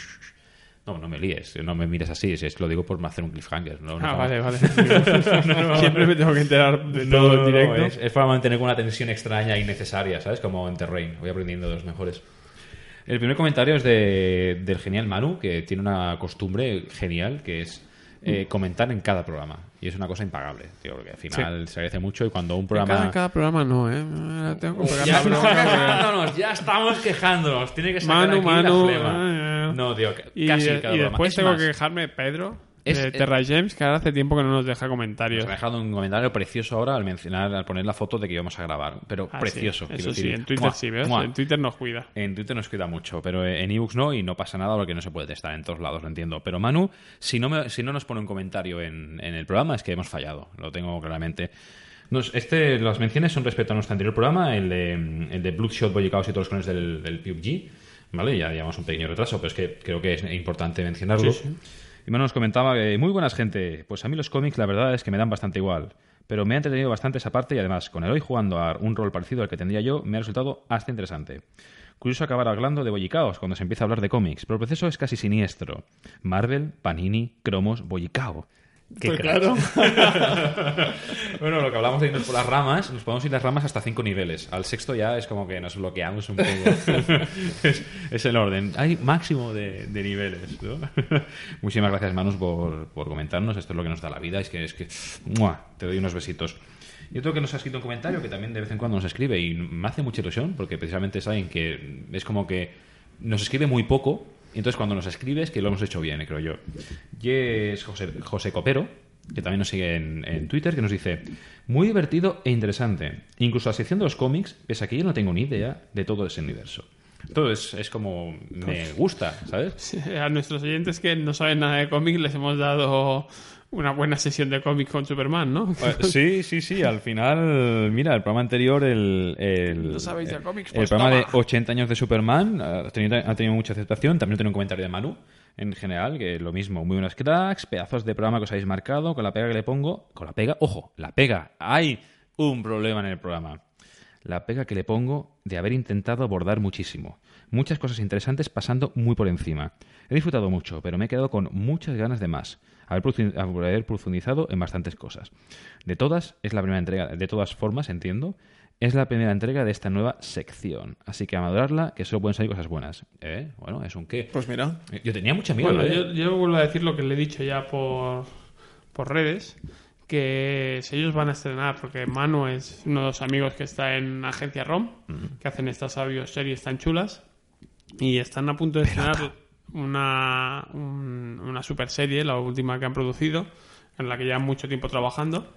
No, no me líes, no me mires así, es, lo digo por hacer un cliffhanger. No, no, Ah, no. vale, vale. Siempre me tengo que enterar de No, todo en no, directo. no, es, es para mantener una tensión extraña y innecesaria, ¿sabes? Como en Terrain. Voy aprendiendo de los mejores. El primer comentario es de, del genial Manu, que tiene una costumbre genial, que es eh, comentar en cada programa. Y es una cosa impagable, tío, porque al final sí. se agradece mucho y cuando un programa... Cada, cada programa no, ¿eh? Tengo que pegar Ya la estamos bronca, quejándonos, ya estamos quejándonos. Tiene que sacar Manu, aquí Manu, la flema. eh, No, tío, Y, casi y cada programa. después Es tengo más, que quejarme, Pedro, Es- de es- Terra James, que ahora hace tiempo que no nos deja comentarios. Nos ha dejado un comentario precioso ahora al mencionar, al poner la foto de que íbamos a grabar. Pero Ah, precioso. sí. quiero Eso sí, decir. en Twitter ¡Mua! sí, ¿ves? ¡Mua! En Twitter nos cuida. En Twitter nos cuida mucho, pero en ebooks no, y no pasa nada porque no se puede testar en todos lados, lo entiendo. Pero Manu, si no, me- si no nos pone un comentario en, en el programa es que hemos fallado, lo tengo claramente. Nos- este, las menciones son respecto a nuestro anterior programa, el de, el de Bloodshot, Boy Chaos y todos los clones del, del P U B G. ¿Vale? Ya llevamos un pequeño retraso, pero es que creo que es importante mencionarlo. Sí, sí. Y Manu nos comentaba que, muy buenas gente, pues a mí los cómics la verdad es que me dan bastante igual. Pero me ha entretenido bastante esa parte y además, con Eloy jugando a un rol parecido al que tendría yo, me ha resultado hasta interesante. Curioso acabar hablando de Boyicao cuando se empieza a hablar de cómics, pero el proceso es casi siniestro. Marvel, Panini, Cromos, Boyicao. ¡Qué Pues cracks! claro. Bueno, lo que hablamos de irnos por las ramas, nos podemos ir las ramas hasta cinco niveles. Al sexto ya es como que nos bloqueamos un poco. es, es el orden. Hay máximo de, de niveles, ¿no? Muchísimas gracias, Manus, por, por comentarnos. Esto es lo que nos da la vida. Es que, es que ¡mua! Te doy unos besitos. Y otro que nos ha escrito un comentario que también de vez en cuando nos escribe y me hace mucha ilusión porque precisamente es alguien que es como que nos escribe muy poco. Y entonces cuando nos escribes que lo hemos hecho bien, creo yo. Y es José, José Copero, que también nos sigue en, en Twitter, que nos dice: muy divertido e interesante. Incluso la sección de los cómics, pese a que yo no tengo ni idea de todo ese universo. Todo es, es como me gusta, ¿sabes? Sí, a nuestros oyentes que no saben nada de cómics les hemos dado una buena sesión de cómics con Superman, ¿no? Eh, Sí, sí, sí. Al final, mira, el programa anterior, el, el, ¿No sabéis de cómics? el Pues programa toma. de ochenta años de Superman ha tenido, ha tenido mucha aceptación. También tiene un comentario de Manu, en general, que lo mismo. Muy buenos cracks, pedazos de programa que os habéis marcado, con la pega que le pongo. Con la pega, ojo, la pega. Hay un problema en el programa. La pega que le pongo de haber intentado abordar muchísimo. Muchas cosas interesantes pasando muy por encima. He disfrutado mucho, pero me he quedado con muchas ganas de más. Haber profu- haber profundizado en bastantes cosas. De todas, es la primera entrega. De todas formas, entiendo, es la primera entrega de esta nueva sección. Así que a madurarla, que solo pueden salir cosas buenas. ¿Eh? Bueno, ¿es un qué? Pues mira. Yo tenía mucha miedo, Bueno, ¿eh? yo, yo vuelvo a decir lo que le he dicho ya por, por redes, que si ellos van a estrenar, porque Manu es uno de los amigos que está en Agencia ROM, que hacen estas audio series tan chulas, y están a punto de estrenar una, un- una super serie, la última que han producido, en la que llevan mucho tiempo trabajando,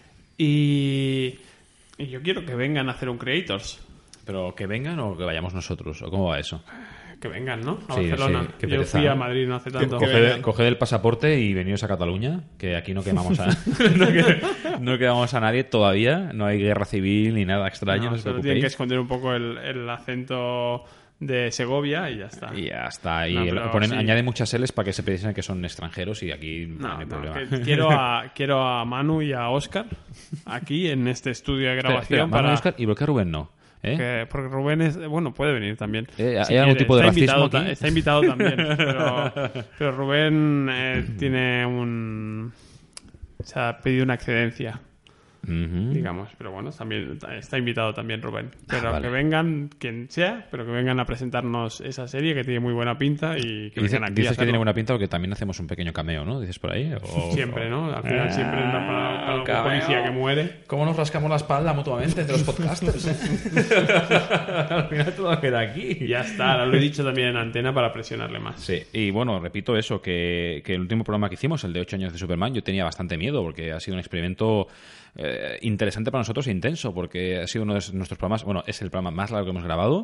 y, y yo quiero que vengan a hacer un Creators. Pero que vengan o que vayamos nosotros, o cómo va eso. Que vengan, ¿no? A Sí, Barcelona. sí, qué Yo pereza, fui a ¿no? Madrid no hace tanto. que Coged, vengan. coged el pasaporte y veniros a Cataluña, que aquí no quemamos a no, que- no quemamos a nadie todavía, no hay guerra civil ni nada extraño, no, No, os solo tienen que preocupéis. esconder un poco el, el acento de Segovia y ya está. Y ya está, y No, el- pero ponen, sí. añade muchas L's para que se piensen que son extranjeros y aquí no, No, hay no, problema. que quiero, a, quiero a Manu y a Oscar aquí en este estudio de Espera, grabación espera, Manu para Oscar, ¿y por qué Rubén no? ¿Eh? que- porque Rubén es bueno, puede venir también. Eh, ¿hay Si algún quiere. tipo de está racismo invitado, aquí? ta- está invitado también, pero, pero Rubén eh, tiene un se ha pedido una excedencia, Ujú. digamos, pero bueno, también está invitado también Rubén. Pero Ah, vale. que vengan quien sea, pero que vengan a presentarnos esa serie que tiene muy buena pinta y que Y dice- vengan aquí a dices que hacerlo. tiene buena pinta porque también hacemos un pequeño cameo, ¿no? Dices por ahí. O- Siempre, ¿no? Al final Ah, siempre una para, para algún cameo. policía que muere. ¿Cómo nos rascamos la espalda mutuamente entre los podcasters? Al final todo queda aquí. Y ya está, ahora lo he dicho también en antena para presionarle más. Sí, y bueno, repito eso, que, que el último programa que hicimos, el de ocho años de Superman, yo tenía bastante miedo porque ha sido un experimento eh, interesante para nosotros e intenso, porque ha sido uno de nuestros programas, bueno, es el programa más largo que hemos grabado,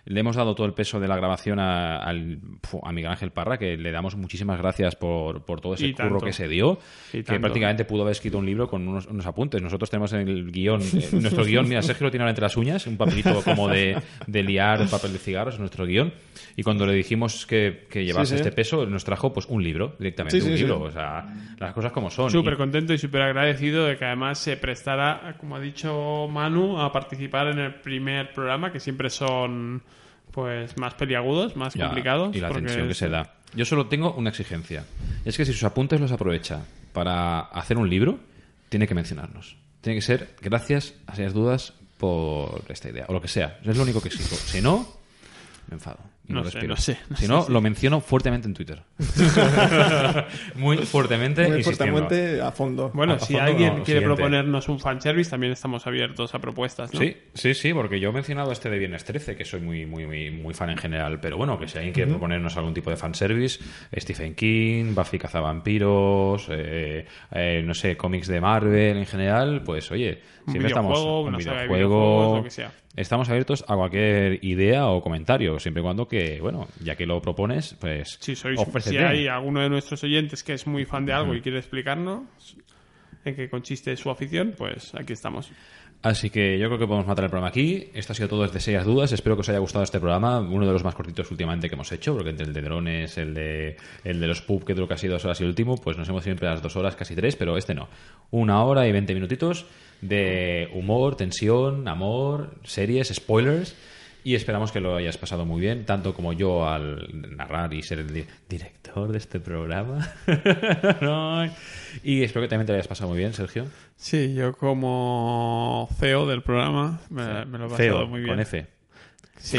le hemos dado todo el peso de la grabación a, al- a Miguel Ángel Parra, que le damos muchísimas gracias por, por todo ese Y curro tanto. que se dio, Y que tanto. prácticamente pudo haber escrito un libro con unos, unos apuntes. Nosotros tenemos en el guión, eh, nuestro guión, mira, Sergio lo tiene ahora entre las uñas, un papelito como de, de liar papel de cigarros en nuestro guión, y cuando le dijimos que, que llevase Sí, sí. este peso, nos trajo pues un libro, directamente, Sí, un sí, libro, sí. o sea, las cosas como son. Súper Y- contento y súper agradecido de que además se prestara, como ha dicho Manu, a participar en el primer programa, que siempre son pues más peliagudos, más Ya, complicados. y la porque tensión que es- se da. Yo solo tengo una exigencia. Es que si sus apuntes los aprovecha para hacer un libro, tiene que mencionarnos. Tiene que ser gracias a Serias Dudas por esta idea, o lo que sea. Es lo único que exijo. Si no, me enfado. Y no, No sé, respiro. no sé, no si sé, no, sí. lo menciono fuertemente en Twitter. Muy fuertemente, Muy insistiendo. fuertemente a fondo. Bueno, A- a si fondo, alguien no, lo quiere siguiente. proponernos un fanservice, también estamos abiertos a propuestas, ¿no? Sí, sí, sí, porque yo he mencionado este de Viernes trece, que soy muy, muy, muy, muy fan en general, pero bueno, que si alguien quiere proponernos algún tipo de fanservice, Stephen King, Buffy cazavampiros, eh, eh, no sé, cómics de Marvel en general, pues oye, Un siempre estamos videojuego, un una saga de videojuego, videojuegos, lo que sea. estamos abiertos a cualquier idea o comentario, siempre y cuando que, bueno, ya que lo propones, pues Si, sois, ofrécete. si hay alguno de nuestros oyentes que es muy fan de algo y quiere explicarnos en qué consiste su afición, pues aquí estamos. Así que yo creo que podemos matar el programa aquí. Esto ha sido todo desde Serias Dudas. Espero que os haya gustado este programa, uno de los más cortitos últimamente que hemos hecho, porque entre el de drones, el de, el de los pub, que duró casi dos horas y el último, pues nos hemos ido siempre a las dos horas, casi tres, pero este no. Una hora y veinte minutitos de humor, tensión, amor, series, spoilers. Y esperamos que lo hayas pasado muy bien, tanto como yo al narrar y ser el di- director de este programa. No. Y espero que también te lo hayas pasado muy bien, Sergio. Sí, yo como C E O del programa me, me lo he pasado Feo, muy bien. con F. Sí.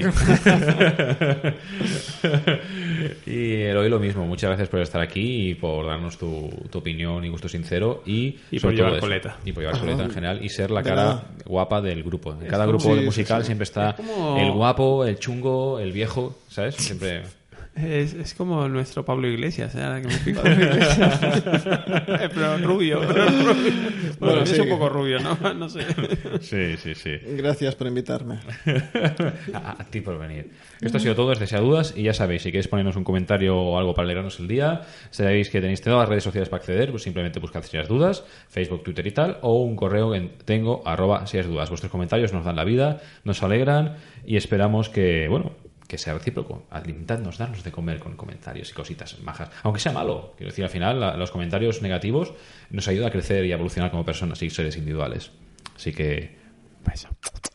Y Eloy lo mismo, muchas gracias por estar aquí y por darnos tu, tu opinión y gusto sincero y, Y sobre por llevar todo eso, coleta. y por llevar coleta en general y ser la De cara nada. guapa del grupo. En cada como- grupo Sí, de musical sí, sí. siempre está Es como- el guapo, el chungo, el viejo, ¿sabes? Siempre. Es, es como nuestro Pablo Iglesias, ¿eh? Ahora que me fijo. pero rubio, pero rubio. Bueno, Bueno, es sí. un poco rubio, ¿no? No sé. Sí, sí, sí. Gracias por invitarme. A, a ti por venir. Esto ha sido todo desde Sea Dudas y ya sabéis, si queréis ponernos un comentario o algo para alegrarnos el día, sabéis que tenéis todas las redes sociales para acceder, pues simplemente buscad Serias Dudas, Facebook, Twitter y tal, o un correo que tengo arroba Serias Dudas. Vuestros comentarios nos dan la vida, nos alegran y esperamos que, bueno, que sea recíproco. Alimentadnos, darnos de comer con comentarios y cositas majas. Aunque sea malo. Quiero decir, al final, la- los comentarios negativos nos ayudan a crecer y a evolucionar como personas y seres individuales. Así que, Beso.